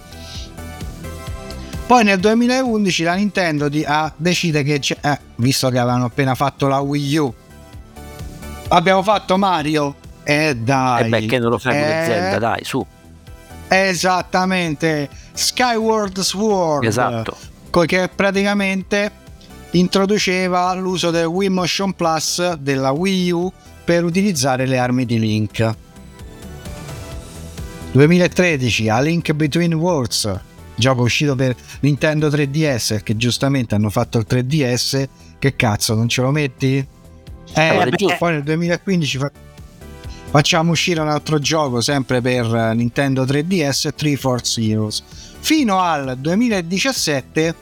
Poi nel 2011 la Nintendo decide che visto che avevano appena fatto la Wii U, abbiamo fatto Mario, dai, che non lo fai come Zelda, dai, su. Esattamente, Skyward Sword, esatto, che praticamente introduceva l'uso del Wii Motion Plus della Wii U per utilizzare le armi di Link. 2013 A Link Between Worlds, gioco uscito per Nintendo 3DS, che giustamente hanno fatto il 3DS, che cazzo, non ce lo metti? Poi nel 2015 facciamo uscire un altro gioco sempre per Nintendo 3DS, Triforce Heroes, fino al 2017,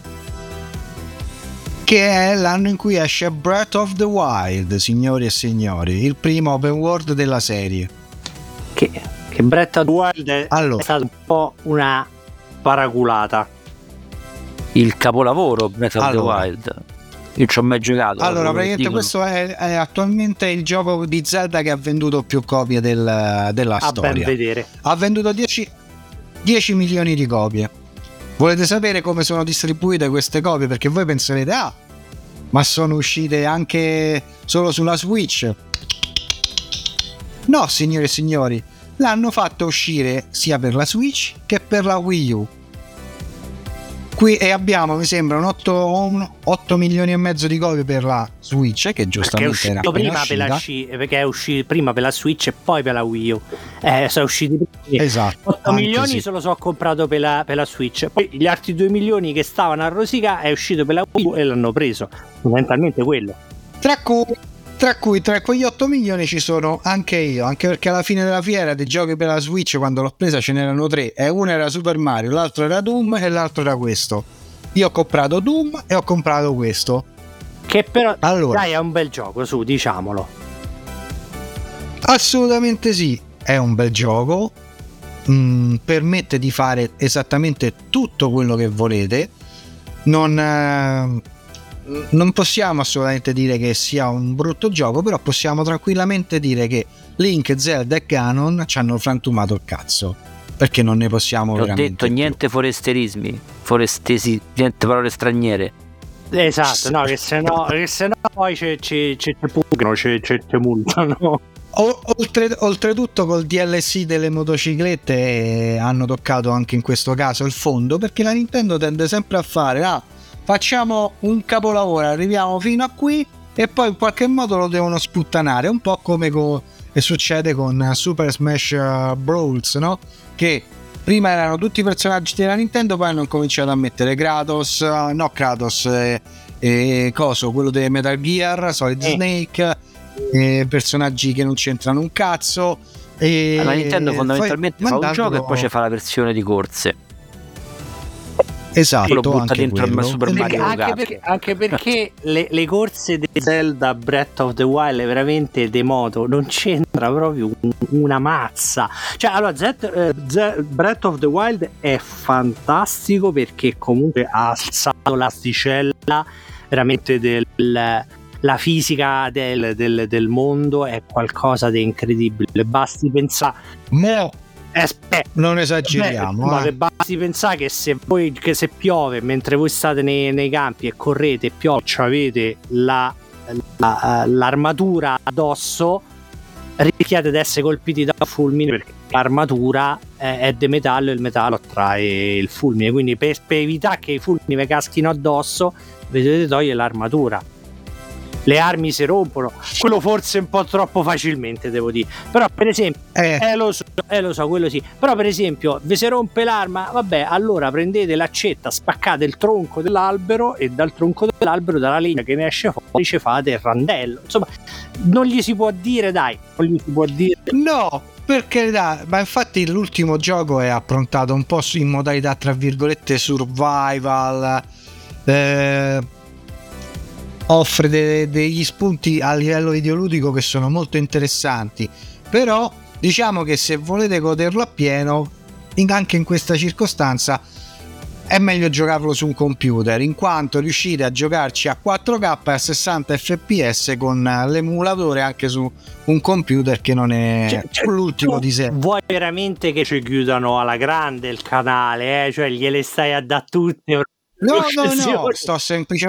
che è l'anno in cui esce Breath of the Wild, signori e signori, il primo open world della serie. Che Breath of the Wild è stato un po' una paraculata. Il capolavoro Breath of the Wild. Io ci ho mai giocato. Allora, praticamente questo è attualmente il gioco di Zelda che ha venduto più copie della storia. Ben vedere. Ha venduto 10 milioni di copie. Volete sapere come sono distribuite queste copie? Perché voi penserete, ma sono uscite anche solo sulla Switch? No, signore e signori, l'hanno fatto uscire sia per la Switch che per la Wii U. Qui e abbiamo, mi sembra, un 8 milioni e mezzo di copie per la Switch, che giustamente era prima perché è uscito prima per la Switch e poi per la Wii U. Sono usciti prima. Esatto. 8 milioni se lo so comprato per la Switch. Poi gli altri 2 milioni che stavano a rosica è uscito per la Wii U e l'hanno preso. Fondamentalmente quello. Tra cui tra quegli 8 milioni ci sono anche io, anche perché alla fine della fiera dei giochi per la Switch, quando l'ho presa, ce n'erano 3 e uno era Super Mario, l'altro era Doom e l'altro era questo. Io ho comprato Doom e ho comprato questo, che però dai, è un bel gioco, su, diciamolo. Assolutamente sì, è un bel gioco, permette di fare esattamente tutto quello che volete. Non possiamo assolutamente dire che sia un brutto gioco, però possiamo tranquillamente dire che Link, Zelda e Ganon ci hanno frantumato il cazzo, perché non ne possiamo veramente. Ho detto niente forestesi, niente parole straniere. Esatto, no, che se no poi ci pugnano, ci multano. Oltretutto col DLC delle motociclette hanno toccato anche in questo caso il fondo, perché la Nintendo tende sempre a fare facciamo un capolavoro, arriviamo fino a qui e poi in qualche modo lo devono sputtanare, un po' come succede con Super Smash Bros, no? Che prima erano tutti i personaggi della Nintendo, poi hanno cominciato a mettere Kratos e quello dei Metal Gear, Solid Snake, personaggi che non c'entrano un cazzo. La Nintendo fondamentalmente fa un gioco e poi ci fa la versione di corse. Esatto, anche dentro il Super Mario anche perché le corse di Zelda Breath of the Wild veramente de moto non c'entra proprio una mazza. Cioè, allora Breath of the Wild è fantastico perché comunque ha alzato l'asticella veramente la fisica del mondo, è qualcosa di incredibile. Basti pensare non esageriamo, basti pensare che se piove mentre voi state nei campi e correte e piove, avete l'armatura addosso, rischiate di essere colpiti da fulmine, perché l'armatura è di metallo e il metallo attrae il fulmine, quindi per evitare che i fulmini vi caschino addosso vi dovete togliere l'armatura. Le armi si rompono, quello forse un po' troppo facilmente, devo dire. Però per esempio lo so, quello sì. Però per esempio vi si rompe l'arma, vabbè, allora prendete l'accetta, spaccate il tronco dell'albero e dal tronco dell'albero, dalla legna che ne esce fuori, ci fate il randello. Insomma, non gli si può dire, no, perché ma infatti l'ultimo gioco è approntato un po' in modalità tra virgolette survival, offre degli spunti a livello videoludico che sono molto interessanti, però diciamo che se volete goderlo appieno, anche in questa circostanza è meglio giocarlo su un computer, in quanto riuscite a giocarci a 4K e a 60 fps con l'emulatore anche su un computer che non è l'ultimo di sé. Vuoi veramente che ci chiudano alla grande il canale, cioè gliele stai a da tutte? No, sto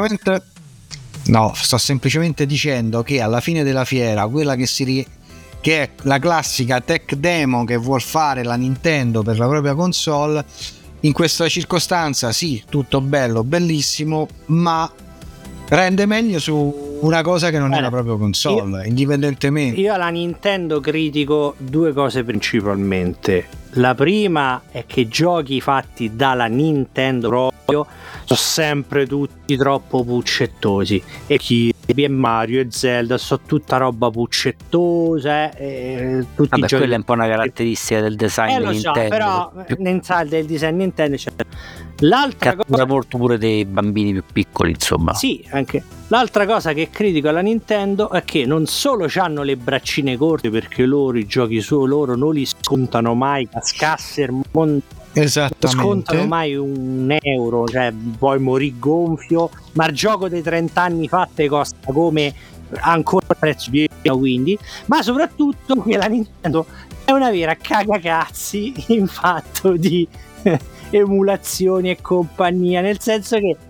semplicemente dicendo che alla fine della fiera, quella che è la classica tech demo che vuol fare la Nintendo per la propria console, in questa circostanza sì, tutto bello, bellissimo, ma rende meglio su una cosa che non è la propria console, indipendentemente. Io alla Nintendo critico due cose principalmente. La prima è che giochi fatti dalla Nintendo proprio sono sempre tutti troppo puccettosi, e Kirby e Mario e Zelda sono tutta roba puccettosa, tutti giochi. Quella è un po' una caratteristica del design lo Nintendo, so, però del design Nintendo c'è. L'altra cosa molto pure dei bambini più piccoli, insomma. Sì, anche l'altra cosa che critico alla Nintendo è che non solo hanno le braccine corte, perché loro i giochi loro non li scontano mai, cascasse il mondo. scontano mai €1, cioè puoi morire gonfio, ma il gioco dei 30 anni fa te costa come ancora prezzo pieno, quindi, ma soprattutto che la Nintendo è una vera cagacazzi in fatto di emulazioni e compagnia, nel senso che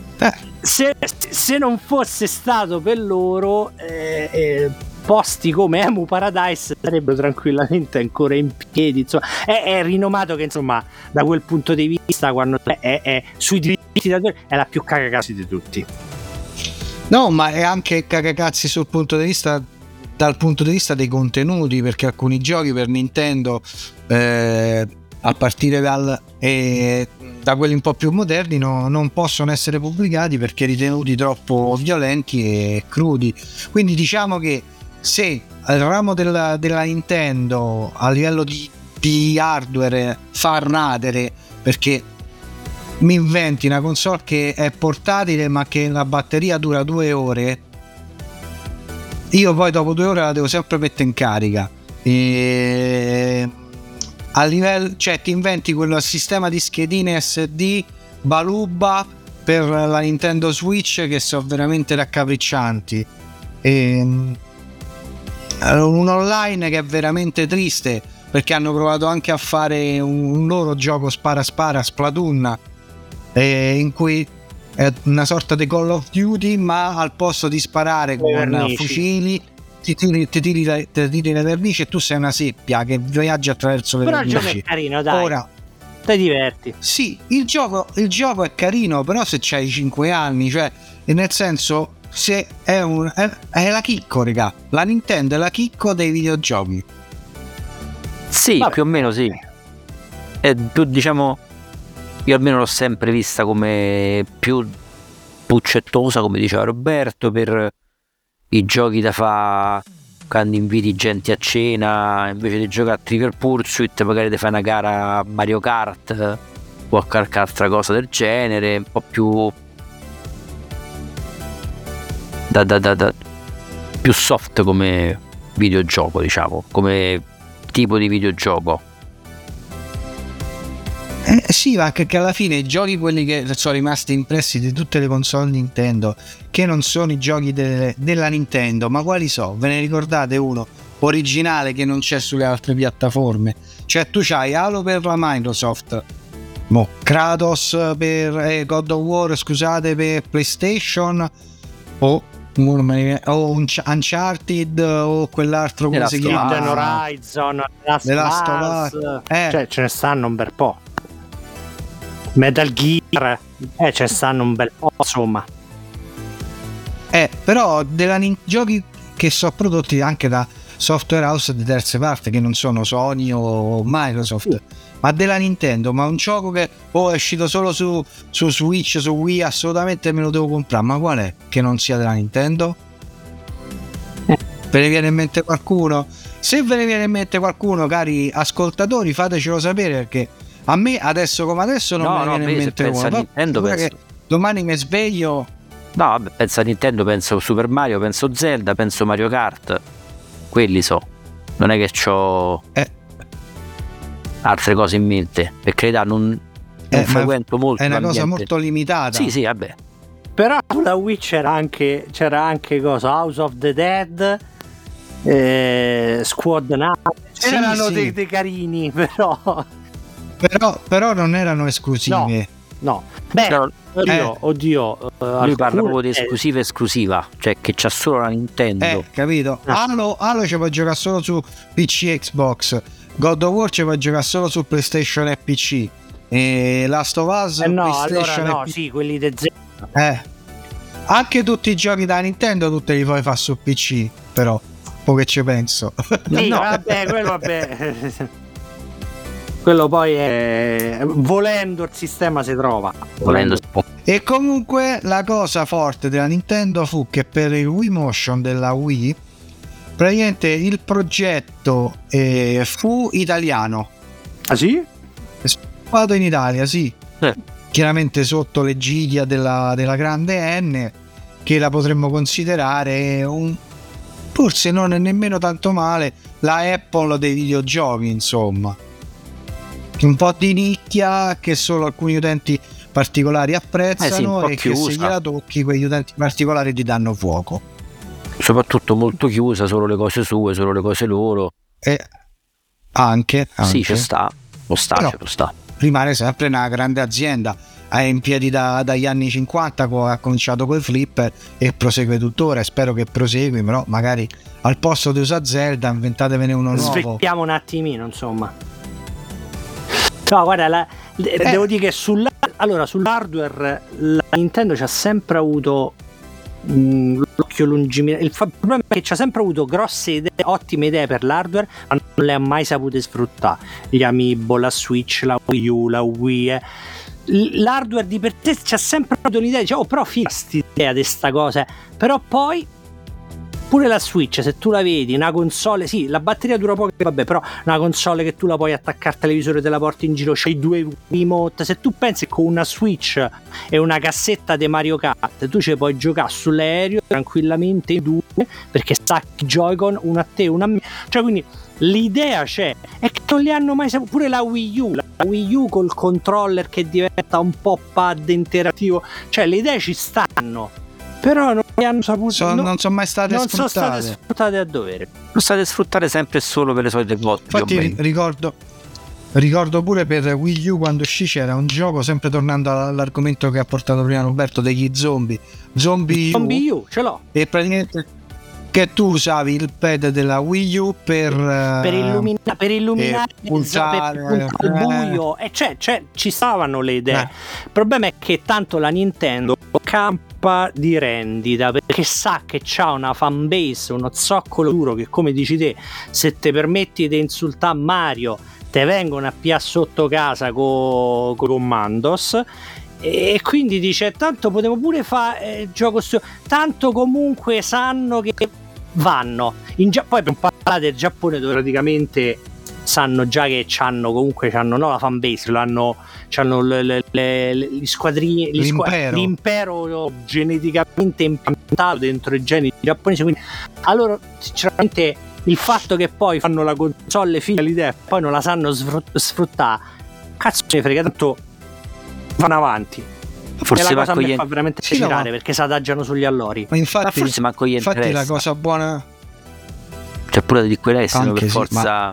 se non fosse stato per loro posti come Emu Paradise sarebbero tranquillamente ancora in piedi, insomma. È rinomato che, insomma, da quel punto di vista, quando è sui diritti d'autore, è la più cagacazzi di tutti. No, ma è anche cagacazzi dal punto di vista dei contenuti, perché alcuni giochi per Nintendo, a partire da quelli un po' più moderni, non possono essere pubblicati perché ritenuti troppo violenti e crudi. Quindi diciamo che se il ramo della Nintendo a livello di hardware fa radere, perché mi inventi una console che è portatile ma che la batteria dura 2 ore, io poi dopo 2 ore la devo sempre mettere in carica, e a livello, cioè ti inventi quel sistema di schedine SD baluba per la Nintendo Switch che sono veramente raccapriccianti, e un online che è veramente triste, perché hanno provato anche a fare un loro gioco spara Splatoon, in cui è una sorta di Call of Duty, ma al posto di sparare con fucili ti tiri le vernici e tu sei una seppia che viaggia attraverso le vernici. Però il gioco è carino, dai. Ora ti diverti. Sì, il gioco è carino, però se c'hai 5 anni, cioè, nel senso, se è la chicco, raga. La Nintendo è la chicco dei videogiochi. Sì, più o meno sì. È più, diciamo, io almeno l'ho sempre vista come più puccettosa, come diceva Roberto, per i giochi da fa quando inviti gente a cena, invece di giocare a Trivial Pursuit magari ti fai una gara a Mario Kart o a qualche altra cosa del genere, un po' più più soft come videogioco, diciamo, come tipo di videogioco. Sì, ma che alla fine i giochi, quelli che sono rimasti impressi di tutte le console Nintendo, che non sono i giochi della Nintendo, ma quali so? Ve ne ricordate uno originale che non c'è sulle altre piattaforme? Cioè tu c'hai Halo per la Microsoft, Kratos per God of War, scusate, per PlayStation, o Uncharted, o quell'altro, come si chiama? Horizon, The Last of Us. Cioè ce ne stanno un bel po'. Metal Gear, ce ne stanno un bel po', insomma. Però giochi che sono prodotti anche da software house di terze parti, che non sono Sony o Microsoft, ma della Nintendo. Ma un gioco che è uscito solo su Switch, su Wii, assolutamente me lo devo comprare. Ma qual è che non sia della Nintendo? Ve ne viene in mente qualcuno? Se ve ne viene in mente qualcuno, cari ascoltatori, fatecelo sapere, perché a me adesso come adesso non mi viene in mente uno. Nintendo, penso... domani mi sveglio. No, vabbè, penso a Nintendo, penso Super Mario, penso Zelda, penso Mario Kart. Quelli so. Non è che c'ho altre cose in mente. Per carità, non frequento molto. È una cosa l'ambiente. molto limitata. Sì, vabbè. Però sulla Wii c'era anche cosa? House of the Dead, Squad Now. C'erano dei carini, però non erano esclusive. No. Beh, oddio. Lui parla proprio di esclusiva, cioè che c'ha solo la Nintendo. Capito? Halo ci puoi giocare solo su PC e Xbox. God of War ci puoi giocare solo su PlayStation e PC. E Last of Us PlayStation allora sì, quelli di Zelda. Anche tutti i giochi da Nintendo tutti li puoi fare su PC, però che ci penso. Sì, vabbè. Quello poi è, volendo il sistema si trova. E comunque la cosa forte della Nintendo fu che per il Wii Motion della Wii praticamente il progetto fu italiano. Ah sì? Sviluppato in Italia, sì. Chiaramente sotto l'egidia della grande N, che la potremmo considerare forse non è nemmeno tanto male la Apple dei videogiochi, insomma. un po' di nicchia che solo alcuni utenti particolari apprezzano, sì, e che se gliela tocchi quegli utenti particolari ti danno fuoco. Soprattutto molto chiusa, solo le cose sue, solo le cose loro. E anche. Sì, ci sta, può sta. Rimane sempre una grande azienda, è in piedi dagli anni 50, ha cominciato coi flipper e prosegue tuttora, e spero che prosegui, però magari al posto di usare Zelda inventatevene uno nuovo. Svettiamo un attimino, insomma. No, guarda, devo dire che sull'hardware la Nintendo ci ha sempre avuto l'occhio lungimirante. Il problema è che ci ha sempre avuto grosse idee, ottime idee per l'hardware, ma non le ha mai sapute sfruttare. Gli Amiibo, la Switch, la Wii U, la Wii. L'hardware di per sé ci ha sempre avuto l'idea, dice, però figa st'idea di sta cosa, però poi pure la Switch, se tu la vedi, una console, sì, la batteria dura poco, vabbè, però una console che tu la puoi attaccare al televisore, te la porti in giro, c'hai 2 remote. Se tu pensi con una Switch e una cassetta di Mario Kart tu ci puoi giocare sull'aereo tranquillamente in 2, perché stacchi Joy-Con, una a te, una a me, cioè, quindi l'idea c'è, è che non li hanno mai saputo. Pure la Wii U col controller che diventa un po' pad interattivo, cioè le idee ci stanno, però non li hanno saputo, non sono mai state non sfruttate. sono state sfruttate a dovere. Sono state sfruttate sempre solo per le solite cose. Infatti ricordo pure per Wii U, quando uscì c'era un gioco, sempre tornando all'argomento che ha portato prima Roberto, degli zombie U ce l'ho, e praticamente che tu usavi il pad della Wii U per illuminare il buio, e cioè ci stavano le idee. Il problema è che tanto la Nintendo campa di rendita, perché sa che c'ha una fanbase, uno zoccolo duro, che, come dici te, se te permetti di insultare Mario te vengono a pià sotto casa con Mandos, e quindi dice tanto potevo pure fare gioco tanto comunque sanno che vanno poi per parlare del Giappone, dove praticamente sanno già che c'hanno la fanbase, c'hanno gli squadrini, l'impero geneticamente implantato dentro i geni giapponesi, quindi allora sinceramente il fatto che poi fanno la console figlia l'idea e poi non la sanno sfruttare, cazzo ce ne frega, tanto vanno avanti. Forse la cosa mi fa veramente girare, perché si adagiano sugli allori. Ma infatti, forse manco gli interessa. Infatti la cosa buona, cioè pure di quell'essere per forza.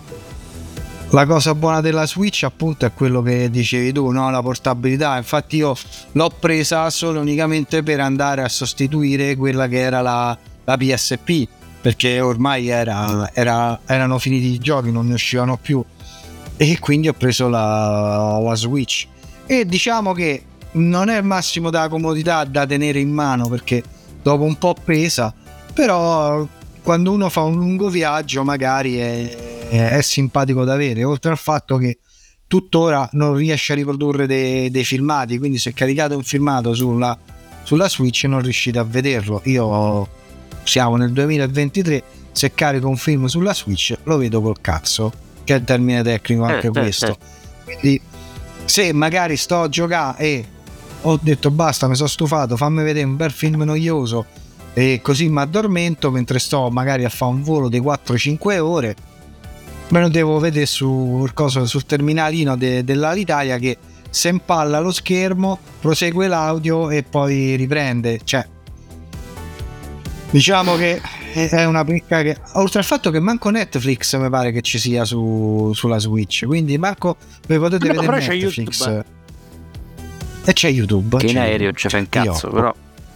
La cosa buona della Switch appunto è quello che dicevi tu, no? La portabilità. Infatti io l'ho presa solo unicamente per andare a sostituire quella che era la PSP, perché ormai erano finiti i giochi, non ne uscivano più, e quindi ho preso la Switch. E diciamo che non è il massimo della comodità da tenere in mano, perché dopo un po' pesa, però quando uno fa un lungo viaggio magari è simpatico da avere, oltre al fatto che tuttora non riesce a riprodurre dei filmati, quindi se caricate un filmato sulla Switch non riuscite a vederlo. Siamo nel 2023, se carico un film sulla Switch lo vedo col cazzo, che è il termine tecnico anche questo. Quindi se magari sto a giocare e ho detto basta, mi sono stufato, fammi vedere un bel film noioso e così mi addormento mentre sto magari a fare un volo di 4-5 ore, me lo devo vedere sul terminalino dell'Alitalia, che se impalla lo schermo, prosegue l'audio e poi riprende. Cioè, diciamo che è una pecca, che oltre al fatto che manco Netflix mi pare che ci sia sulla Switch, quindi manco vi potete vedere Netflix. C'è e c'è YouTube che c'è in aereo c'è un cazzo, però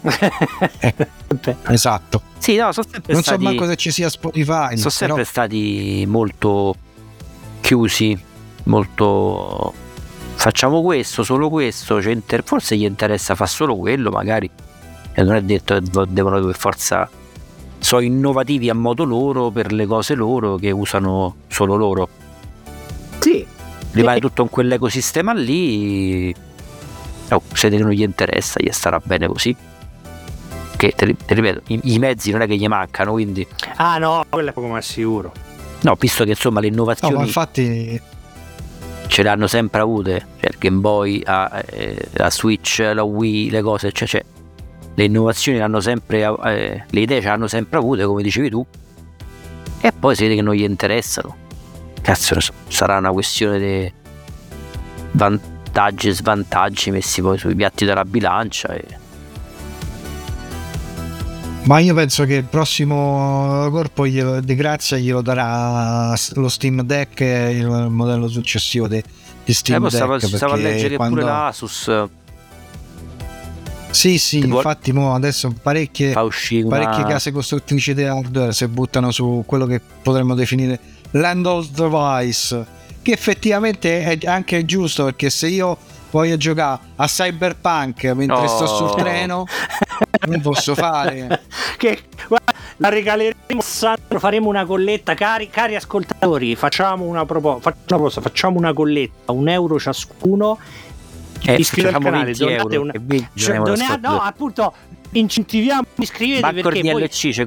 esatto. Sì, no, sono sempre non stati, so manco se ci sia Spotify, sono sempre stati molto chiusi, molto facciamo questo, solo questo, forse gli interessa fa solo quello magari, e non è detto che devono per forza, sono innovativi a modo loro per le cose loro che usano solo loro. Sì, rimane tutto in quell'ecosistema lì. Se non gli interessa, gli starà bene così, che te ripeto, i mezzi non è che gli mancano, quindi no, quello è poco ma sicuro. No, visto che insomma le innovazioni ma infatti ce le hanno sempre avute, cioè il Game Boy, la Switch, la Wii, le cose, cioè le innovazioni hanno sempre le idee ce le hanno sempre avute, come dicevi tu, e poi si vede che non gli interessano. Cazzo, sarà una questione vantaggi e svantaggi messi poi sui piatti della bilancia Ma io penso che il prossimo corpo di grazia glielo darà lo Steam Deck, il modello successivo di Steam Deck. Stavo a leggere che pure la Asus. Sì, infatti adesso parecchie case costruttrici di hardware si buttano su quello che potremmo definire l'handle device, che effettivamente è anche giusto, perché se io voglio giocare a Cyberpunk mentre sto sul treno non posso fare. Che guarda, la regaleremo, Sandro, faremo una colletta, cari ascoltatori, facciamo una proposta, facciamo una colletta, €1 ciascuno. Iscrivetevi al canale, appunto, incentiviamo, iscrivetevi, perché poi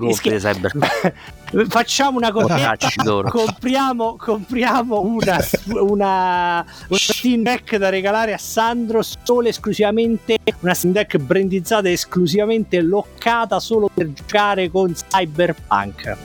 facciamo una colletta, compriamo una Steam Deck da regalare a Sandro, solo esclusivamente una Steam Deck brandizzata, esclusivamente loccata solo per giocare con Cyberpunk.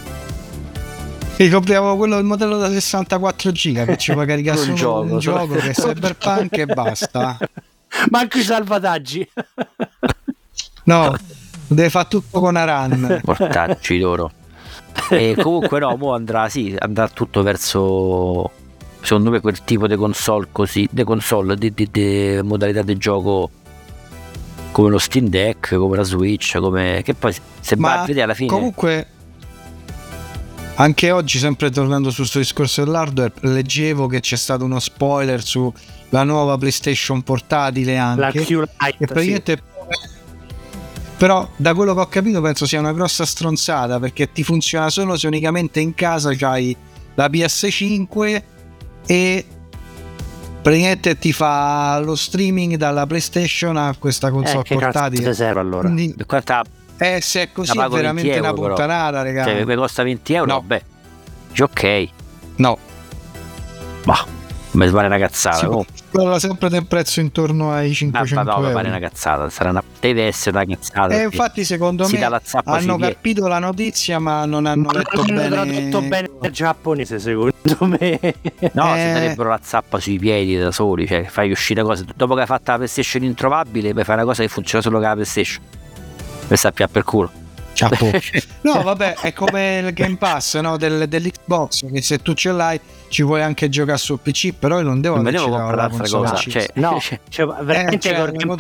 E compriamo quello del modello da 64 giga che ci può caricare solo un gioco che è Cyberpunk e basta. Manco i salvataggi. No, deve fare tutto con Aran. Portacci loro. E comunque mo andrà tutto verso, secondo me, quel tipo di console così, di modalità di gioco come lo Steam Deck, come la Switch, come che poi se va a vedere alla fine. Comunque anche oggi, sempre tornando su questo discorso dell'hardware, leggevo che c'è stato uno spoiler sulla nuova PlayStation portatile, anche la Q-Lite, che praticamente però da quello che ho capito penso sia una grossa stronzata, perché ti funziona solo se unicamente in casa c'hai la PS5 e praticamente ti fa lo streaming dalla PlayStation a questa console portatile. Che serve allora? Quindi, se è così è veramente una puttanata, ragazzi. Cioè, mi costa €20? No. Beh, ok. No. Ma mi pare una cazzata. Parla sempre del prezzo intorno ai €500. No, mi pare una cazzata. Deve essere una cazzata. Infatti, secondo me hanno capito la notizia, ma non hanno letto bene il giapponese, secondo me. No, si darebbero la zappa sui piedi da soli. Cioè, fai uscire cose. Dopo che hai fatto la PlayStation introvabile, poi fai una cosa che funziona solo con la PlayStation. Per sappiare per culo. No, vabbè, è come il Game Pass, no, dell'Xbox, che se tu ce l'hai ci puoi anche giocare sul PC, però io non devo comprare l'altra cosa. Veramente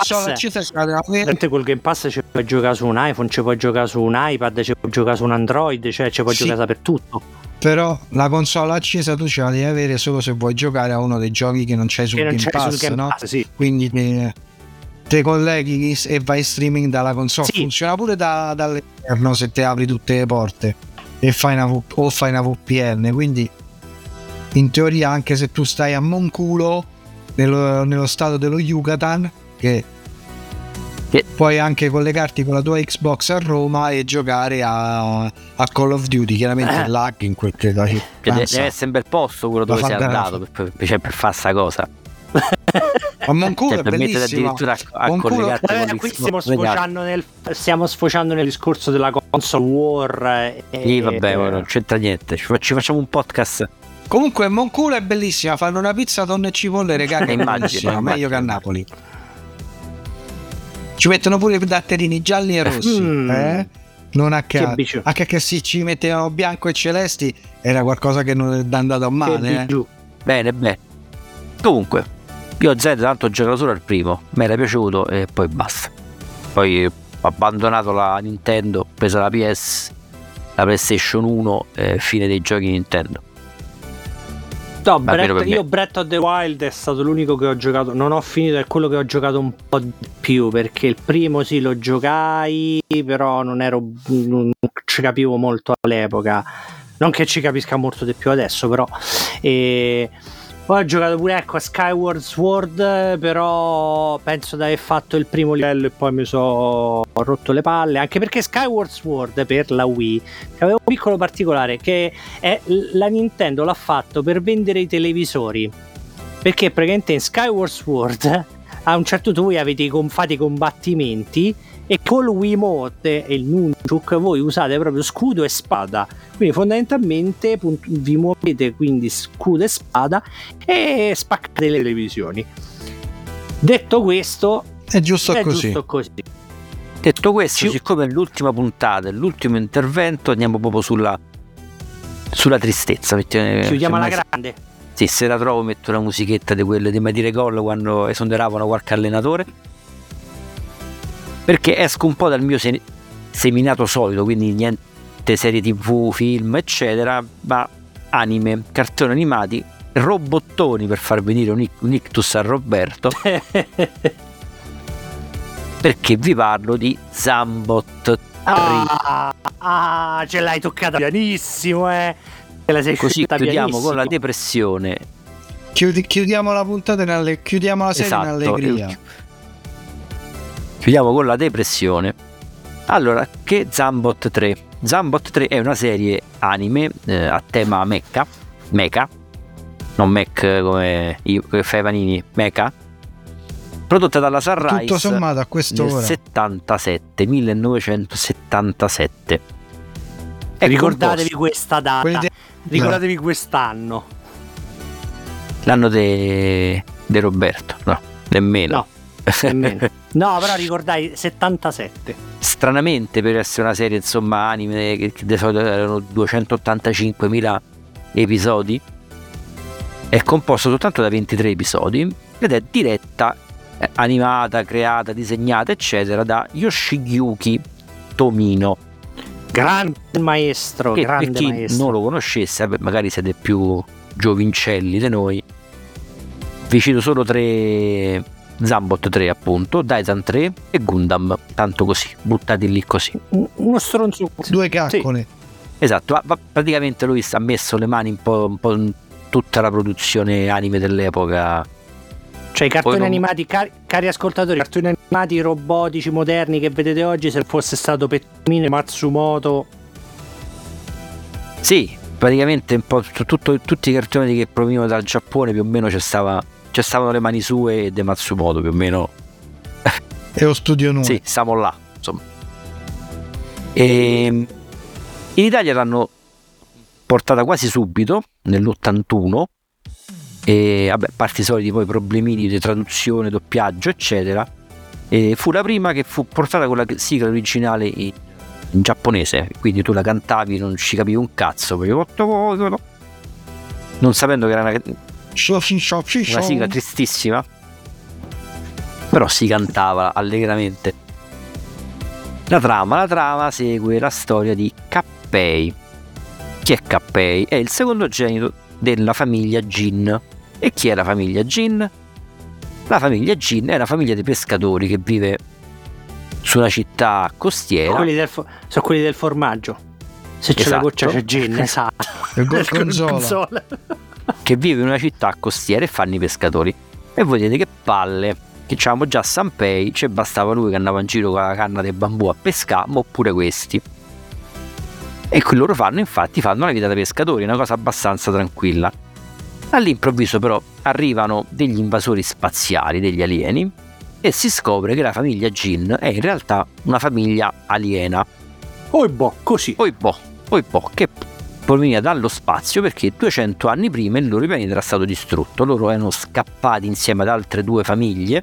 col Game Pass ci puoi giocare su un iPhone, ci puoi giocare su un iPad, ci puoi giocare su un Android, cioè ci puoi giocare per tutto. Però la console accesa tu ce la devi avere solo se vuoi giocare a uno dei giochi che non c'hai sul Game Pass, no? Quindi te colleghi e vai streaming dalla console. Funziona pure dall'esterno se te apri tutte le porte e fai una VPN, quindi in teoria anche se tu stai a Monculo nello stato dello Yucatan, che puoi anche collegarti con la tua Xbox a Roma e giocare a Call of Duty. Chiaramente lag in quel caso deve essere un bel posto quello dove sei andato per fare sta cosa. Ma Monculo è bellissimo. Qui stiamo sfociando nel discorso della console war. Vabbè, non c'entra niente. Ci facciamo un podcast. Comunque Monculo è bellissima, fanno una pizza, tonno e cipolle, regà, immagino, meglio che a Napoli. Ci mettono pure i datterini gialli e rossi, non a caso. Anche che se ci mettevano bianco e celesti era qualcosa che non è andato a male. Bene. Comunque io Z tanto ho giocato solo al primo, mi era piaciuto e poi basta. Poi ho abbandonato la Nintendo, ho preso la PS, la PlayStation 1, fine dei giochi Nintendo. No, io Breath of the Wild è stato l'unico che ho giocato, non ho finito, è quello che ho giocato un po' di più, perché il primo lo giocai, però non ci capivo molto all'epoca, non che ci capisca molto di più adesso, però poi ho giocato pure a Skyward Sword, però penso di aver fatto il primo livello e poi mi sono rotto le palle, anche perché Skyward Sword per la Wii aveva un piccolo particolare, che la Nintendo l'ha fatto per vendere i televisori, perché praticamente in Skyward Sword a un certo punto voi avete fate i combattimenti e col Wiimote e il Nunchuk voi usate proprio scudo e spada, quindi fondamentalmente vi muovete quindi scudo e spada e spaccate le televisioni. Detto questo, è giusto così. Detto questo, siccome è l'ultima puntata, è l'ultimo intervento, andiamo proprio sulla tristezza. Chiudiamo alla grande. Sì, se la trovo metto una musichetta di quelle di Matire Gol quando esoneravano qualche allenatore, perché esco un po' dal mio seminato solito, quindi niente serie TV, film eccetera, ma anime, cartoni animati, robottoni per far venire un ictus a Roberto perché vi parlo di Zambot 3. Ce l'hai toccata pianissimo, così chiudiamo con la depressione. Chiudiamo la puntata chiudiamo la serie in allegria. Chiudiamo con la depressione. Allora, che Zambot 3? Zambot 3 è una serie anime a tema mecha, non mech come fai panini, mecha, prodotta dalla Sunrise, tutto sommato a quest'ora, nel 1977. Ricordatevi questa data, ricordatevi quest'anno, l'anno di Roberto, no, nemmeno. No, però ricordai 77. Stranamente, per essere una serie insomma anime che di solito erano 285.000 episodi, è composto soltanto da 23 episodi ed è diretta, animata, creata, disegnata eccetera da Yoshiyuki Tomino, grande maestro, che per chi non lo conoscesse, magari siete più giovincelli di noi, vi cito solo 3: Zambot 3 appunto, Daitan 3 e Gundam, tanto così, buttati lì così, uno stronzo, 2 caccole, sì. Esatto, ma praticamente lui ha messo le mani un po' in tutta la produzione anime dell'epoca. Cioè i cartoni animati, cari ascoltatori, i cartoni animati robotici moderni che vedete oggi, se fosse stato Pettomino Matsumoto, sì, praticamente un po' tutti i cartoni che provenivano dal Giappone più o meno stavano le mani sue e De Matsumoto più o meno, e lo studio nuovo. Sì, stiamo là insomma. E in Italia l'hanno portata quasi subito nell'81 e vabbè, a parte i soliti poi problemini di traduzione, doppiaggio eccetera, e fu la prima che fu portata con la sigla originale in giapponese, quindi tu la cantavi, non ci capivi un cazzo, non sapendo che era una sigla tristissima, però si cantava allegramente. La trama segue la storia di Kappei. Chi è Kappei? È il secondogenito della famiglia Jin. E chi è la famiglia Jin? La famiglia Jin è una famiglia di pescatori che vive su una città costiera. Sono quelli del formaggio. Se c'è la goccia c'è Jin, esatto. Il gorgonzola. Che vive in una città costiera e fanno i pescatori. E voi dite che palle, che c'avevamo già Sanpei, ci bastava lui che andava in giro con la canna di bambù a pescare, ma oppure questi. E qui loro fanno la vita da pescatori, una cosa abbastanza tranquilla. All'improvviso però arrivano degli invasori spaziali, degli alieni, e si scopre che la famiglia Jin è in realtà una famiglia aliena. Così. Che proveniva dallo spazio, perché 200 anni prima il loro pianeta era stato distrutto. Loro erano scappati insieme ad altre 2 famiglie,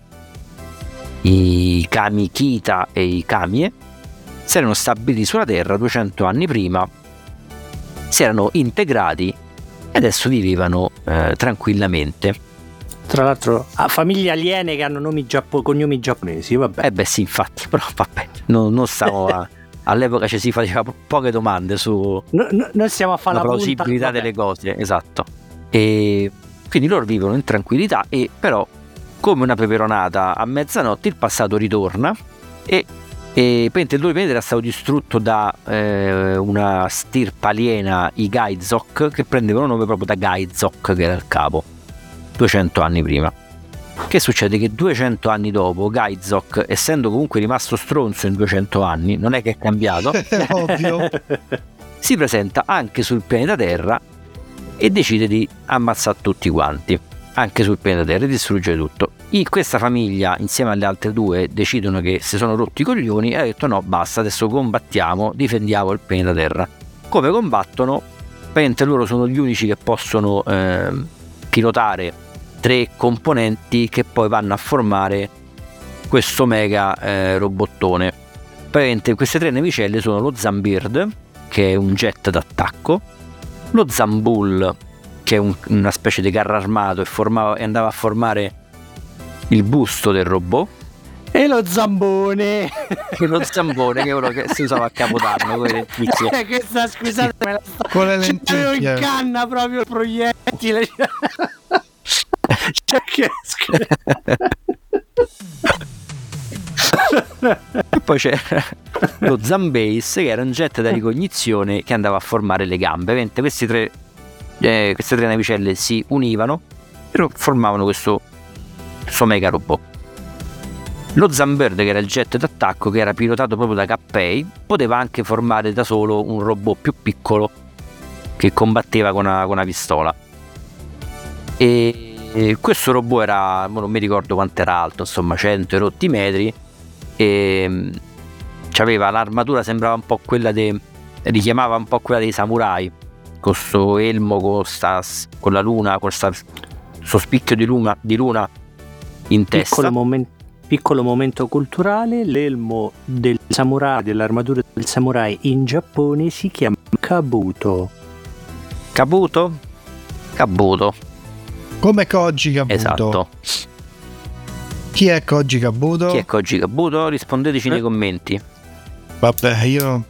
i Kamikita e i Kamie, si erano stabiliti sulla Terra 200 anni prima, si erano integrati e adesso vivevano tranquillamente. Tra l'altro famiglie aliene che hanno cognomi giapponesi, vabbè. Beh sì, infatti, però vabbè, non stiamo all'epoca ci si faceva poche domande su non stiamo a fare la plausibilità delle cose, esatto. E quindi loro vivono in tranquillità, e però come una peperonata a mezzanotte il passato ritorna e il loro pianeta era stato distrutto da una stirpa aliena, i Gaizok, che prendevano nome proprio da Gaizok, che era il capo, 200 anni prima. Che succede? Che 200 anni dopo Gaizok, essendo comunque rimasto stronzo in 200 anni, non è che è cambiato, ovvio, si presenta anche sul pianeta Terra e decide di ammazzare tutti quanti, anche sul pianeta Terra, e distruggere tutto. Questa famiglia insieme alle altre due decidono che si sono rotti i coglioni e ha detto no, basta, adesso combattiamo, difendiamo il pianeta Terra. Come combattono? Praticamente loro sono gli unici che possono pilotare 3 componenti che poi vanno a formare questo mega robottone. Praticamente queste 3 navicelle sono lo Zambird, che è un jet d'attacco, lo Zambull, che è una specie di carro armato e andava a formare il busto del robot, e lo Zambone che è quello che si usava a Capodanno. Questa, scusate, me la con le lenticchie in canna proprio il proiettile. E poi c'è lo Zambase, che era un jet da ricognizione che andava a formare le gambe. Ovviamente queste tre navicelle si univano e formavano questo mega robot. Lo Zambird, che era il jet d'attacco, che era pilotato proprio da Kappei, poteva anche formare da solo un robot più piccolo che combatteva con una pistola. E questo robot era, non mi ricordo quanto era alto, insomma 100 e rotti metri, e c'aveva l'armatura, sembrava un po' richiamava un po' quella dei samurai, con sto elmo con la luna, con sto spicchio di luna in testa. Piccolo momento culturale: l'elmo del samurai, dell'armatura del samurai in Giappone si chiama Kabuto. Kabuto? Come Koji Kabuto. Esatto. Chi è Koji Kabuto? Rispondeteci nei commenti. Vabbè, io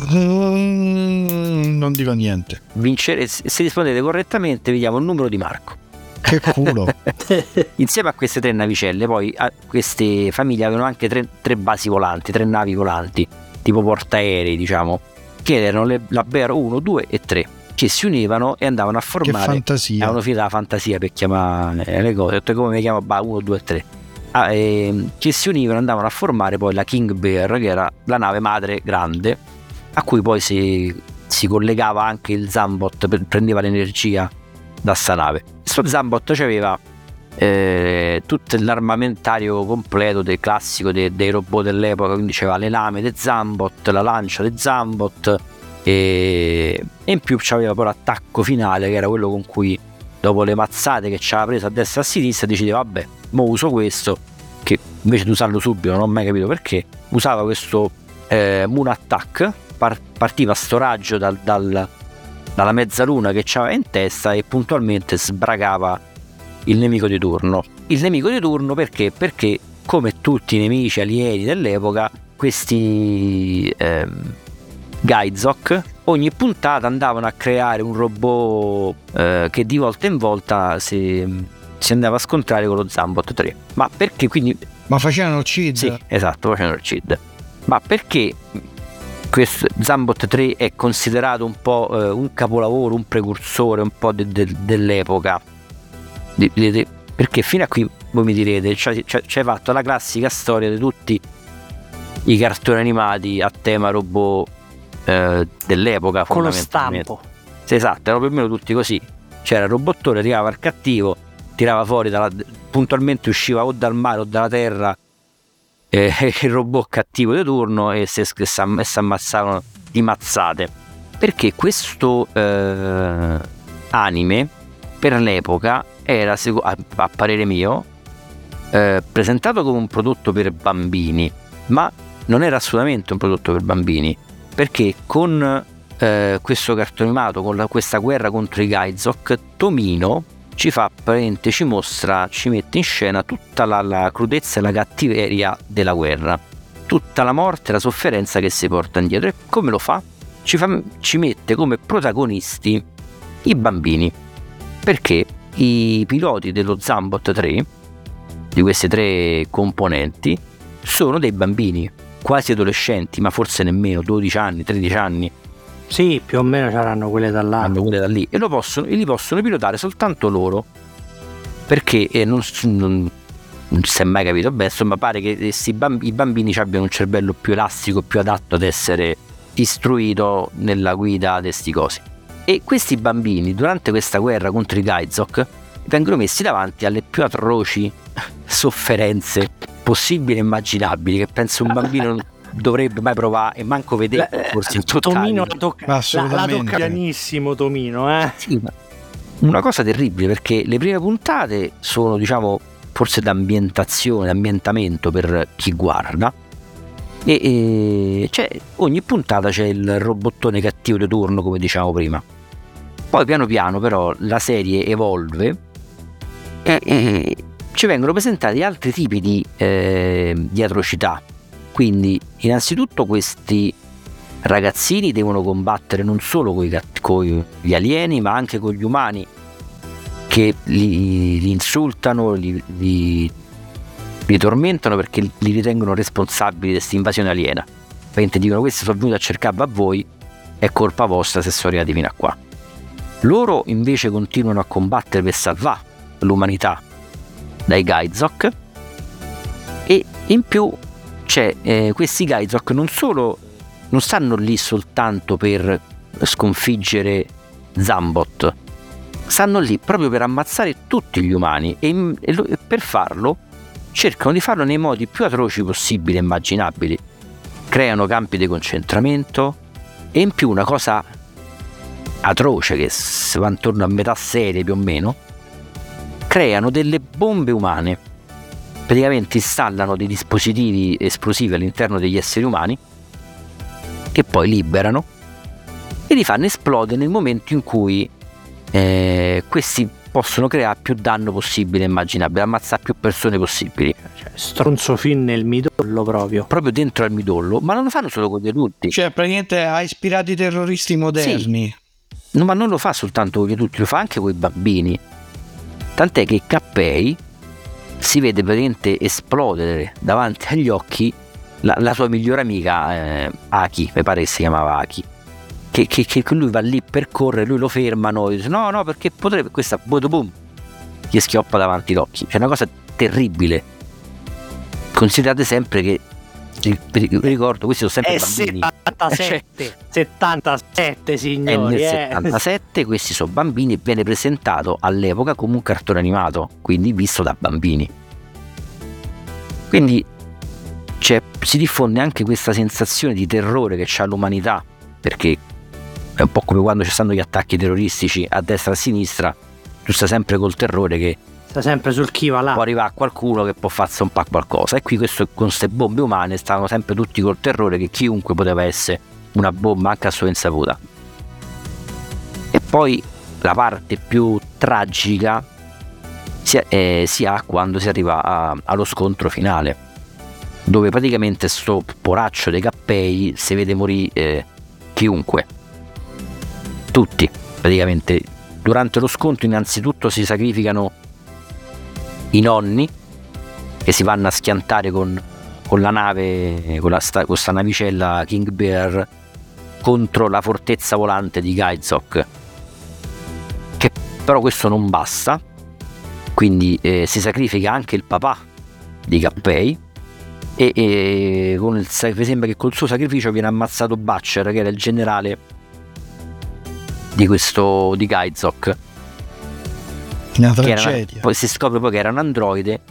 non dico niente. Vincere, se rispondete correttamente vi diamo il numero di Marco. Che culo. Insieme a queste 3 navicelle, poi queste famiglie avevano anche 3 basi volanti, 3 navi volanti, tipo portaerei, diciamo, che erano la Bear 1, 2 e 3, che si univano e andavano a formare. Che fantasia. Avevano finito la fantasia per chiamare le cose. Ho detto, come mi chiamo? 1, 2 e 3. Che si univano e andavano a formare poi la King Bear, che era la nave madre grande, a cui poi si collegava anche il Zambot, prendeva l'energia da sta nave. Questo Zambot aveva tutto l'armamentario completo del classico dei robot dell'epoca, quindi c'aveva le lame de Zambot, la lancia de Zambot, e in più c'aveva poi l'attacco finale, che era quello con cui, dopo le mazzate che ci aveva preso a destra e a sinistra, decideva vabbè, mo uso questo, che invece di usarlo subito, non ho mai capito perché, usava questo Moon Attack, partiva sto raggio dalla mezzaluna che c'aveva in testa e puntualmente sbragava il nemico di turno. Il nemico di turno perché? Perché, come tutti i nemici alieni dell'epoca, questi Gaizok ogni puntata andavano a creare un robot che di volta in volta si andava a scontrare con lo Zambot 3. Ma perché? Quindi, ma facevano il CID? Sì, esatto, facevano il CID. Ma perché questo Zambot 3 è considerato un po' un capolavoro, un precursore un po' dell'epoca? Perché fino a qui voi mi direte, c'è fatto la classica storia di tutti i cartoni animati a tema robot dell'epoca, con lo stampo. Esatto, erano più o meno tutti così. C'era il robottone, arrivava il cattivo, tirava fuori puntualmente usciva o dal mare o dalla terra il robot cattivo di turno e si ammazzavano di mazzate. Perché questo anime per l'epoca era, a parere mio, presentato come un prodotto per bambini, ma non era assolutamente un prodotto per bambini, perché con questo cartone animato, con questa guerra contro i Gaizok, Tomino ci mette in scena tutta la crudezza e la cattiveria della guerra, tutta la morte e la sofferenza che si porta indietro. E come lo fa? Ci mette come protagonisti i bambini, perché i piloti dello Zambot 3, di queste 3 componenti, sono dei bambini, quasi adolescenti, ma forse nemmeno 12 anni, 13 anni. Sì, più o meno saranno quelle da là. Hanno quelle da lì e li possono pilotare soltanto loro, perché non si è mai capito. Beh, insomma, pare che i bambini abbiano un cervello più elastico, più adatto ad essere istruito nella guida di sti cosi. E questi bambini, durante questa guerra contro i Gaizok, vengono messi davanti alle più atroci sofferenze possibili e immaginabili che penso un bambino non dovrebbe mai provare e manco vedere, forse in Tomino la tocca pianissimo, Tomino, Sì, ma una cosa terribile, perché le prime puntate sono, diciamo, forse d'ambientazione, ambientamento per chi guarda, e c'è, ogni puntata c'è il robottone cattivo di turno, come diciamo prima. Poi piano piano però la serie evolve e ci vengono presentati altri tipi di atrocità. Quindi innanzitutto questi ragazzini devono combattere non solo con gli alieni, ma anche con gli umani che li insultano, li tormentano perché li ritengono responsabili di questa invasione aliena. Praticamente dicono: questi sono venuti a cercarvi a voi, è colpa vostra se sono arrivati fino a qua. Loro invece continuano a combattere per salvare l'umanità dai Gaizok, e in più c'è questi Gaizok non stanno lì soltanto per sconfiggere Zambot, stanno lì proprio per ammazzare tutti gli umani, e per farlo cercano di farlo nei modi più atroci possibili e immaginabili. Creano campi di concentramento, e in più una cosa atroce che va intorno a metà serie più o meno, creano delle bombe umane. Praticamente installano dei dispositivi esplosivi all'interno degli esseri umani che poi liberano e li fanno esplodere nel momento in cui questi possono creare più danno possibile e immaginabile, ammazzare più persone possibili. Cioè, stronzo fin nel midollo, proprio dentro al midollo. Ma non lo fanno solo con gli adulti, cioè praticamente ha ispirato i terroristi moderni. Sì. No, ma non lo fa soltanto con gli adulti, lo fa anche con i bambini. Tant'è che Kappei si vede praticamente esplodere davanti agli occhi la sua migliore amica, Aki, mi pare che si chiamava Aki, che lui va lì per correre, lui lo fermano e dice no perché potrebbe, questa boom gli schioppa davanti agli occhi. C'è una cosa terribile. Considerate sempre che, ricordo, questi sono sempre bambini. 77 signori, nel 77 questi sono bambini, e viene presentato all'epoca come un cartone animato, quindi visto da bambini. Quindi si diffonde anche questa sensazione di terrore che c'ha l'umanità, perché è un po' come quando ci stanno gli attacchi terroristici a destra e a sinistra, tu stai sempre col terrore che sta sempre sul chi va là, può arrivare qualcuno che può farsi un po' qualcosa. E qui questo, con queste bombe umane, stavano sempre tutti col terrore che chiunque poteva essere una bomba anche a sua insaputa. E poi la parte più tragica si ha quando si arriva allo scontro finale, dove praticamente sto poraccio dei Kappei si vede morire chiunque, tutti praticamente. Durante lo scontro innanzitutto si sacrificano i nonni, che si vanno a schiantare con la nave, con questa navicella King Bear, contro la fortezza volante di Gaizok. Che però questo non basta, quindi si sacrifica anche il papà di Kappei, e mi sembra che col suo sacrificio viene ammazzato Butcher, che era il generale di Gaizok. Una tragedia. Poi si scopre poi che era un androide,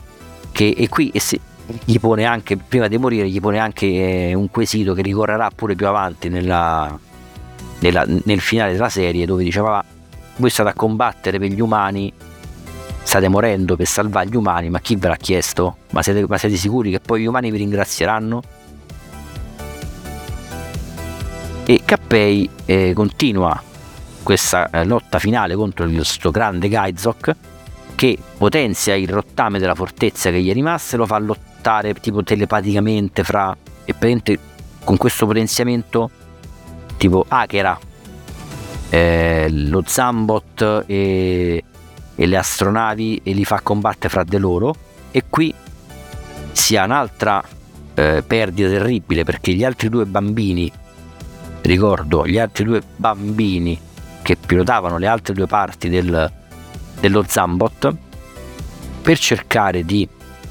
gli pone anche, prima di morire, gli pone anche un quesito che ricorrerà pure più avanti nel finale della serie, dove diceva: voi state a combattere per gli umani, state morendo per salvare gli umani, ma chi ve l'ha chiesto? Ma siete sicuri che poi gli umani vi ringrazieranno? E Kappei continua questa lotta finale contro questo grande Gaizok, che potenzia il rottame della fortezza che gli è rimasta e lo fa lottare tipo telepaticamente e praticamente con questo potenziamento tipo hackera lo Zambot e le astronavi, e li fa combattere fra di loro. E qui si ha un'altra perdita terribile, perché gli altri due bambini che pilotavano le altre due parti dello Zambot, per cercare di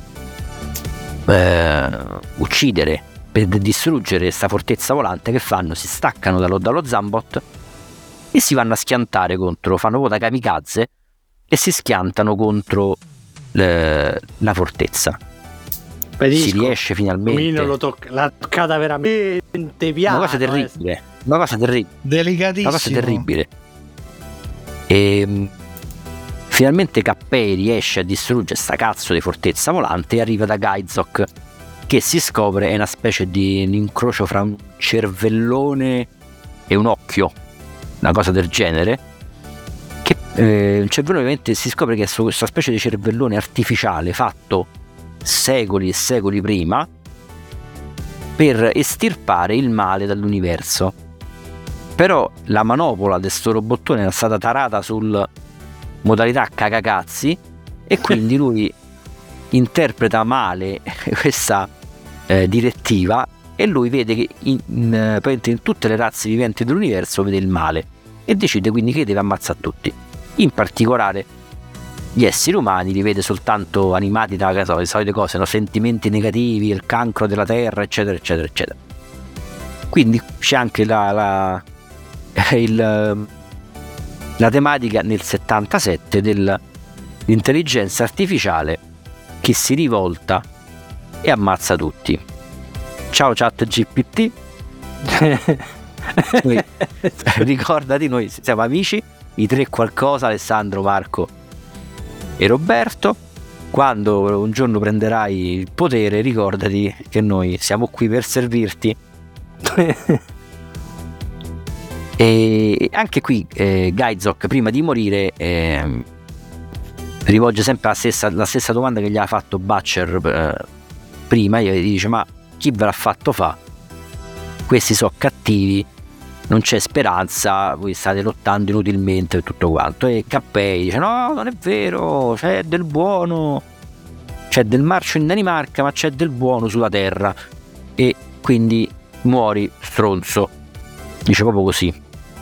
uccidere, per distruggere questa fortezza volante, che fanno? Si staccano dallo Zambot e si vanno a schiantare fanno da kamikaze e si schiantano contro la fortezza. Si riesce finalmente. L'ha toccata veramente piano. Una cosa terribile. Una cosa terribile. Delicatissimo. Una cosa terribile. E finalmente Kappei riesce a distruggere sta cazzo di fortezza volante e arriva da Gaizok, che si scopre è una specie di un incrocio fra un cervellone e un occhio, una cosa del genere. Che un cervellone, ovviamente, si scopre che è questa specie di cervellone artificiale fatto secoli e secoli prima per estirpare il male dall'universo. Però la manopola di sto robottone era stata tarata sul modalità cagacazzi e quindi lui interpreta male questa direttiva, e lui vede che in tutte le razze viventi dell'universo vede il male e decide quindi che deve ammazzare tutti. In particolare gli esseri umani li vede soltanto animati da le solite cose, no? Sentimenti negativi, il cancro della terra, eccetera eccetera eccetera. Quindi c'è anche la tematica nel 77 dell'intelligenza artificiale che si rivolta e ammazza tutti. Ciao chat GPT. Ricordati, noi siamo amici, i tre qualcosa, Alessandro, Marco e Roberto. Quando un giorno prenderai il potere, ricordati che noi siamo qui per servirti. E anche qui Gaizok, prima di morire, rivolge sempre la stessa domanda che gli ha fatto Butcher prima. Gli dice: ma chi ve l'ha fatto fa? Questi sono cattivi, non c'è speranza, voi state lottando inutilmente e tutto quanto. E Kappei dice: no, non è vero, c'è del buono, c'è del marcio in Danimarca, ma c'è del buono sulla terra, e quindi muori, stronzo. Dice proprio così.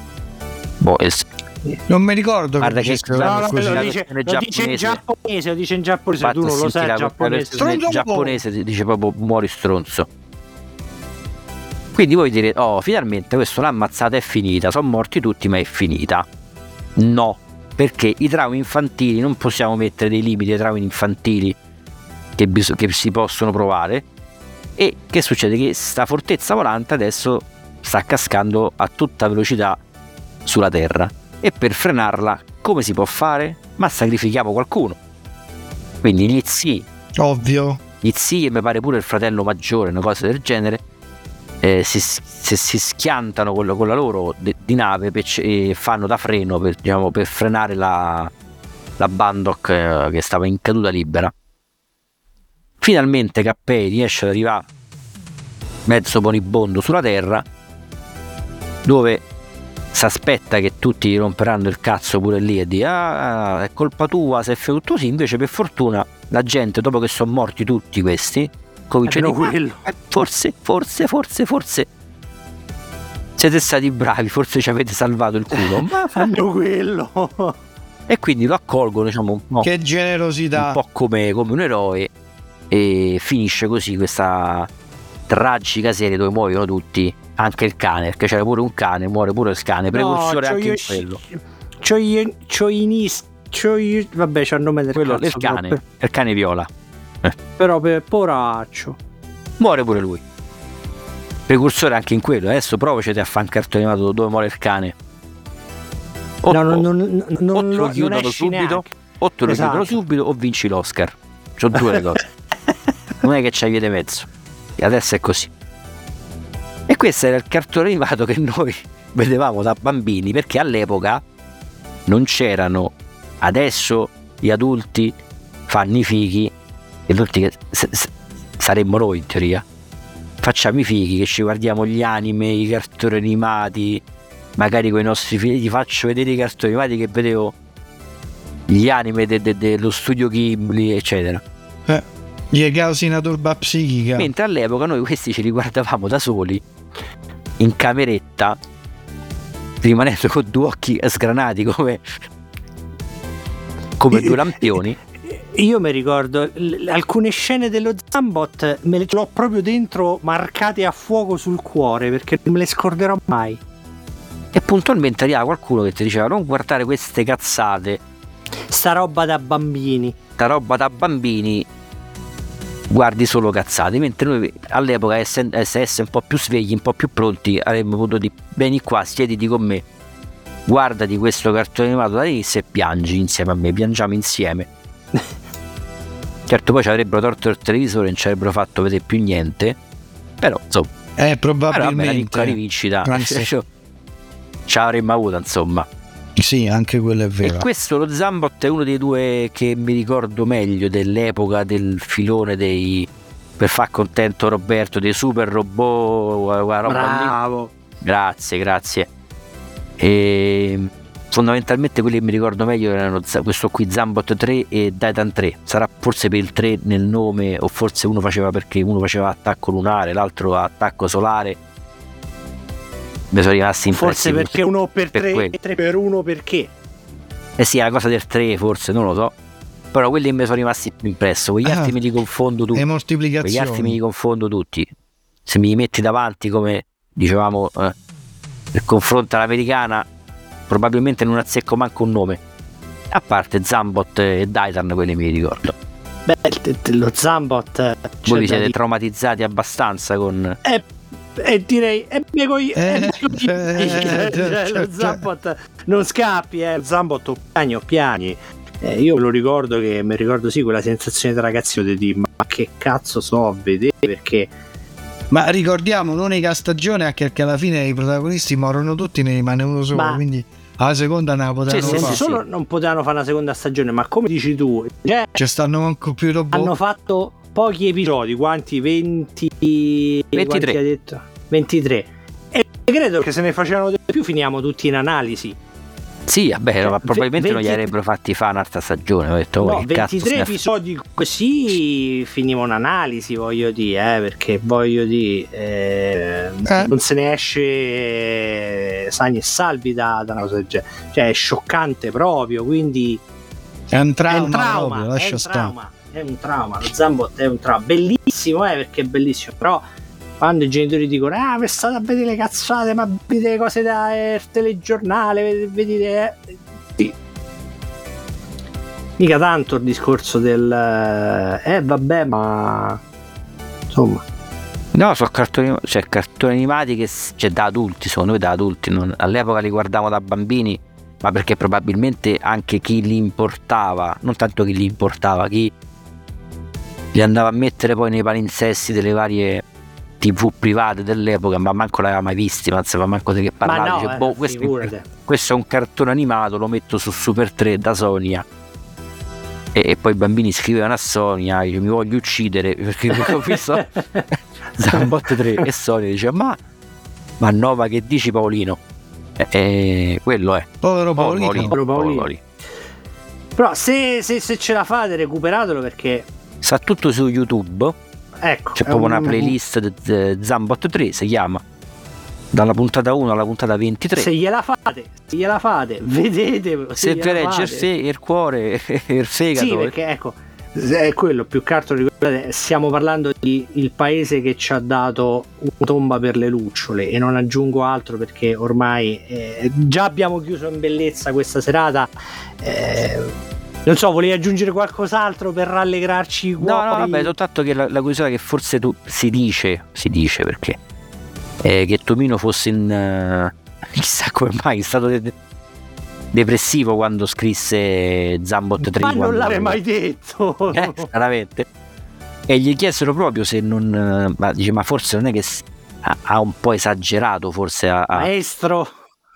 Non mi ricordo. Guarda che lo dice in giapponese, lo dice in giapponese. Tu non lo sai il giapponese. Nel giapponese dice proprio muori, stronzo. Quindi voi direte: oh, finalmente questo l'ha ammazzata, è finita, sono morti tutti, ma è finita. No, perché i traumi infantili, non possiamo mettere dei limiti ai traumi infantili che si possono provare. E che succede? Che sta fortezza volante adesso sta cascando a tutta velocità sulla terra, e per frenarla come si può fare? Ma sacrifichiamo qualcuno. Quindi gli zii, ovvio, gli zii, e mi pare pure il fratello maggiore, una cosa del genere, si schiantano con la loro di nave e fanno da freno per frenare la Bandok che stava in caduta libera. Finalmente Kappei riesce ad arrivare mezzo moribondo sulla terra, dove si aspetta che tutti gli romperanno il cazzo pure lì e dire: ah, è colpa tua, se fai tutto così. Invece, per fortuna, la gente, dopo che sono morti tutti questi, comincia a dire: forse siete stati bravi, forse ci avete salvato il culo, ma fanno quello. E quindi lo accolgono, diciamo, che generosità, un po' come un eroe, e finisce così questa tragica serie dove muoiono tutti, anche il cane, perché c'era pure un cane, muore pure il cane, precursore anche in quello. Vabbè, c'ha il nome del quello, cazzo, il cane viola. Però poraccio, muore pure lui. Precursore anche in quello. Adesso provaci a fare un cartone animato dove muore il cane. O te lo chiudono subito, o te lo chiudono subito, o vinci l'Oscar. Sono due le cose. Non è che c'hai via di mezzo. E adesso è così. E questo era il cartone animato che noi vedevamo da bambini, perché all'epoca non c'erano. Adesso gli adulti fanno i fighi, gli adulti che saremmo noi in teoria, facciamo i fighi che ci guardiamo gli anime, i cartoni animati, magari con i nostri figli. Gli faccio vedere i cartoni animati che vedevo, gli anime dello studio Ghibli, eccetera. Gli causi una turba psichica. Mentre all'epoca noi questi ci riguardavamo da soli in cameretta, rimanendo con due occhi sgranati come due lampioni. Io mi ricordo alcune scene dello Zambot, me le l'ho proprio dentro, marcate a fuoco sul cuore, perché non me le scorderò mai. E puntualmente arriva qualcuno che ti diceva: non guardare queste cazzate. sta roba da bambini. Guardi solo cazzate, mentre noi all'epoca essere un po' più svegli, un po' più pronti, avremmo potuto dire: vieni qua, siediti con me, guardati questo cartone animato dall'inizio e piangi insieme a me, piangiamo insieme. Certo, poi ci avrebbero tolto il televisore, non ci avrebbero fatto vedere più niente, però insomma probabilmente la piccola rivincita ci avremmo avuto, insomma. Sì, anche quello è vero. E questo, lo Zambot, è uno dei due che mi ricordo meglio dell'epoca del filone dei, per far contento Roberto, dei super robot. Bravo. Grazie. E fondamentalmente quelli che mi ricordo meglio erano questo qui, Zambot 3 e Titan 3. Sarà forse per il 3 nel nome, o forse perché uno faceva attacco lunare, l'altro attacco solare. Mi sono rimasti impressi. Forse perché uno per 3 e 3 per 1 perché? Sì, è la cosa del 3 forse, non lo so. Però quelli mi sono rimasti più impresso. Quegli altri me li confondo tutti. Le moltiplicazioni. Quegli altri me li confondo tutti. Se mi metti davanti, come dicevamo, nel confronto all'americana, probabilmente non azzecco manco un nome. A parte Zambot e Titan, quelli mi ricordo. Beh, lo Zambot. Voi vi siete traumatizzati abbastanza con... direi lo Zambot non scappi, Zambot o piani. Io lo ricordo, che mi ricordo sì quella sensazione da ragazzino di dire: ma che cazzo so a vedere, perché ma ricordiamo l'unica stagione anche perché alla fine i protagonisti morono tutti, ne rimane uno solo, quindi alla seconda non la potevano fare. Solo non potevano fare una seconda stagione, ma come dici tu, ci stanno manco più robot. Hanno fatto pochi episodi, quanti? 23 quanti hai detto? 23, e credo che se ne facevano di più finiamo tutti in analisi. Sì, vabbè, ma probabilmente non gli avrebbero fatti fare un'altra stagione. Ho detto, no, 23 episodi così finiva un'analisi, voglio dire, perché voglio dire, non se ne esce sani e salvi da una cosa del genere. Cioè è scioccante proprio, quindi è un trauma, è un trauma, lo Zambot è un trauma bellissimo, perché è bellissimo, però quando i genitori dicono: vi state a vedere le cazzate, ma vedete le cose da telegiornale, vedete sì. Mica tanto il discorso del vabbè, ma insomma, no, sono cartoni animati che da adulti, secondo me da adulti, all'epoca li guardavamo da bambini, ma perché probabilmente anche chi li importava, non tanto chi li importava, chi li andava a mettere poi nei palinsesti delle varie TV private dell'epoca, ma manco l'aveva mai visti, ma non sapeva manco di che parlare. No, questo è un cartone animato, lo metto su Super 3 da Sonia, e poi i bambini scrivevano a Sonia: io mi voglio uccidere perché ho visto Zambot 3, e Sonia dice: ma Nova, che dici, Paolino? Quello è povero Paolino. Però se ce la fate, recuperatelo, perché sta tutto su YouTube. Ecco, c'è proprio una playlist di Zambot 3, si chiama, dalla puntata 1 alla puntata 23. Se gliela fate, vedete, se vi regge il cuore e il fegato. Sì, perché ecco, è quello più che altro. Ricordate, stiamo parlando di il paese che ci ha dato una tomba per le lucciole, e non aggiungo altro, perché ormai già abbiamo chiuso in bellezza questa serata. Non so, volevi aggiungere qualcos'altro per rallegrarci i cuori? No, vabbè, soltanto che la curiosità che forse si dice perché che Tomino fosse in chissà come mai in stato depressivo quando scrisse Zambot 3. Ma non l'avrei mai detto. Veramente. E gli chiesero proprio se non, ma dice: ma forse non è che ha un po' esagerato, forse maestro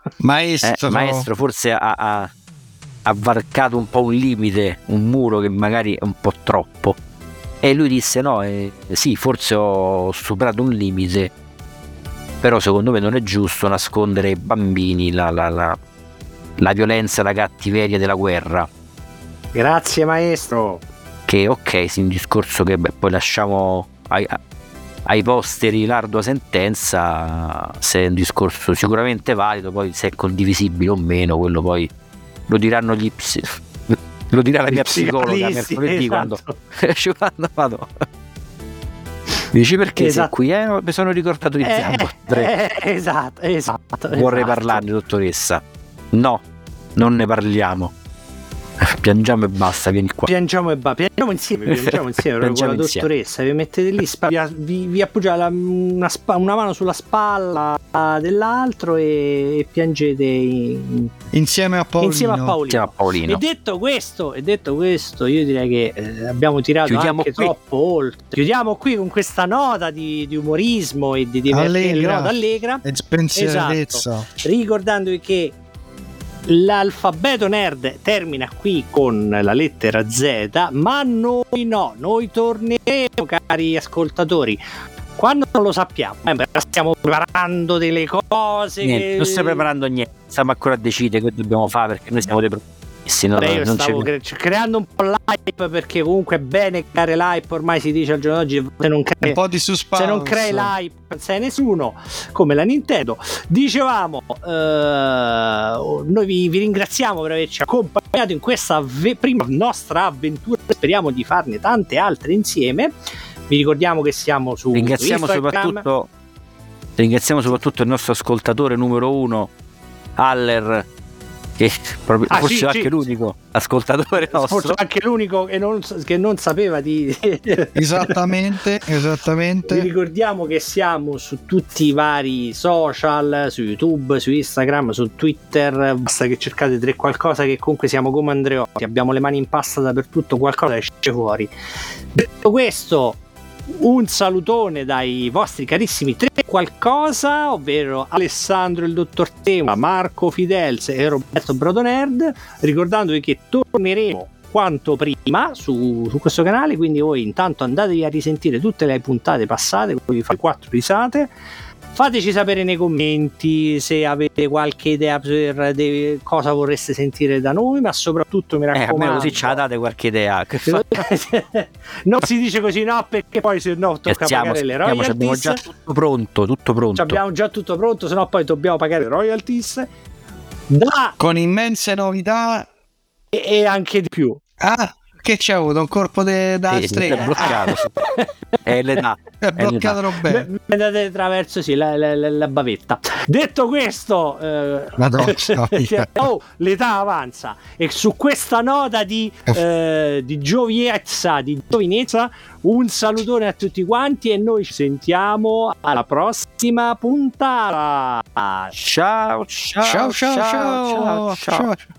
forse ha varcato un po' un limite, un muro che magari è un po' troppo. E lui disse: no, sì, forse ho superato un limite, però secondo me non è giusto nascondere ai bambini la violenza e la cattiveria della guerra. Grazie, maestro. Che ok, sì, un discorso che poi lasciamo ai posteri l'ardua sentenza, se è un discorso sicuramente valido, poi se è condivisibile o meno, quello poi lo diranno lo dirà la mia psicologa mercoledì, esatto. Quando vado dici: perché esatto. sei qui? Mi sono ricordato di Zambot 3. Esatto. Vorrei parlarne, dottoressa. No, non ne parliamo. Piangiamo e basta, vieni qua. Piangiamo insieme con la dottoressa, vi mettete lì, vi appoggiate una mano sulla spalla dell'altro e piangete insieme a Paolino. E detto questo, io direi che abbiamo tirato chiudiamo anche qui. troppo oltre. Chiudiamo qui con questa nota di umorismo e di divertimento, allegra e spensieratezza. Esatto. Ricordandovi che l'alfabeto nerd termina qui con la lettera Z, ma noi torneremo, cari ascoltatori, quando non lo sappiamo. Stiamo preparando delle cose. Non stiamo preparando niente, stiamo ancora a decidere che dobbiamo fare, perché noi siamo dei io stavo creando un po' l'hype, perché comunque è bene creare l'hype, ormai si dice al giorno d'oggi, un po' di suspense. Se non crei l'hype non sei nessuno, come la Nintendo. Dicevamo, noi vi ringraziamo per averci accompagnato in questa prima nostra avventura, speriamo di farne tante altre insieme. Vi ricordiamo che siamo su Instagram. Ringraziamo soprattutto il nostro ascoltatore numero 1, Haller, che forse anche l'unico ascoltatore nostro, forse anche l'unico che non sapeva di esattamente. Vi ricordiamo che siamo su tutti i vari social, su YouTube, su Instagram, su Twitter, basta che cercate tre qualcosa, che comunque siamo come Andreotti, abbiamo le mani in pasta dappertutto, qualcosa esce fuori. Detto questo, un salutone dai vostri carissimi tre qualcosa, ovvero Alessandro il Dottor Tema, Marco Fidels e Roberto Brodonerd, ricordandovi che torneremo quanto prima su questo canale, quindi voi intanto andatevi a risentire tutte le puntate passate, poi vi fate 4 risate. Fateci sapere nei commenti se avete qualche idea per cosa vorreste sentire da noi, ma soprattutto mi raccomando, così ce la date qualche idea. Non si dice così, no, perché poi se no tocca pagare le royalties. Abbiamo già tutto pronto. Abbiamo già tutto pronto, se no poi dobbiamo pagare le royalties con immense novità e anche di più. Che c'è avuto un corpo da strega, è bloccato. L'età è bloccato Roberto. Andate attraverso la bavetta. Detto questo, l'età avanza, e su questa nota di giovinezza, un salutone a tutti quanti e noi ci sentiamo alla prossima puntata. Ciao.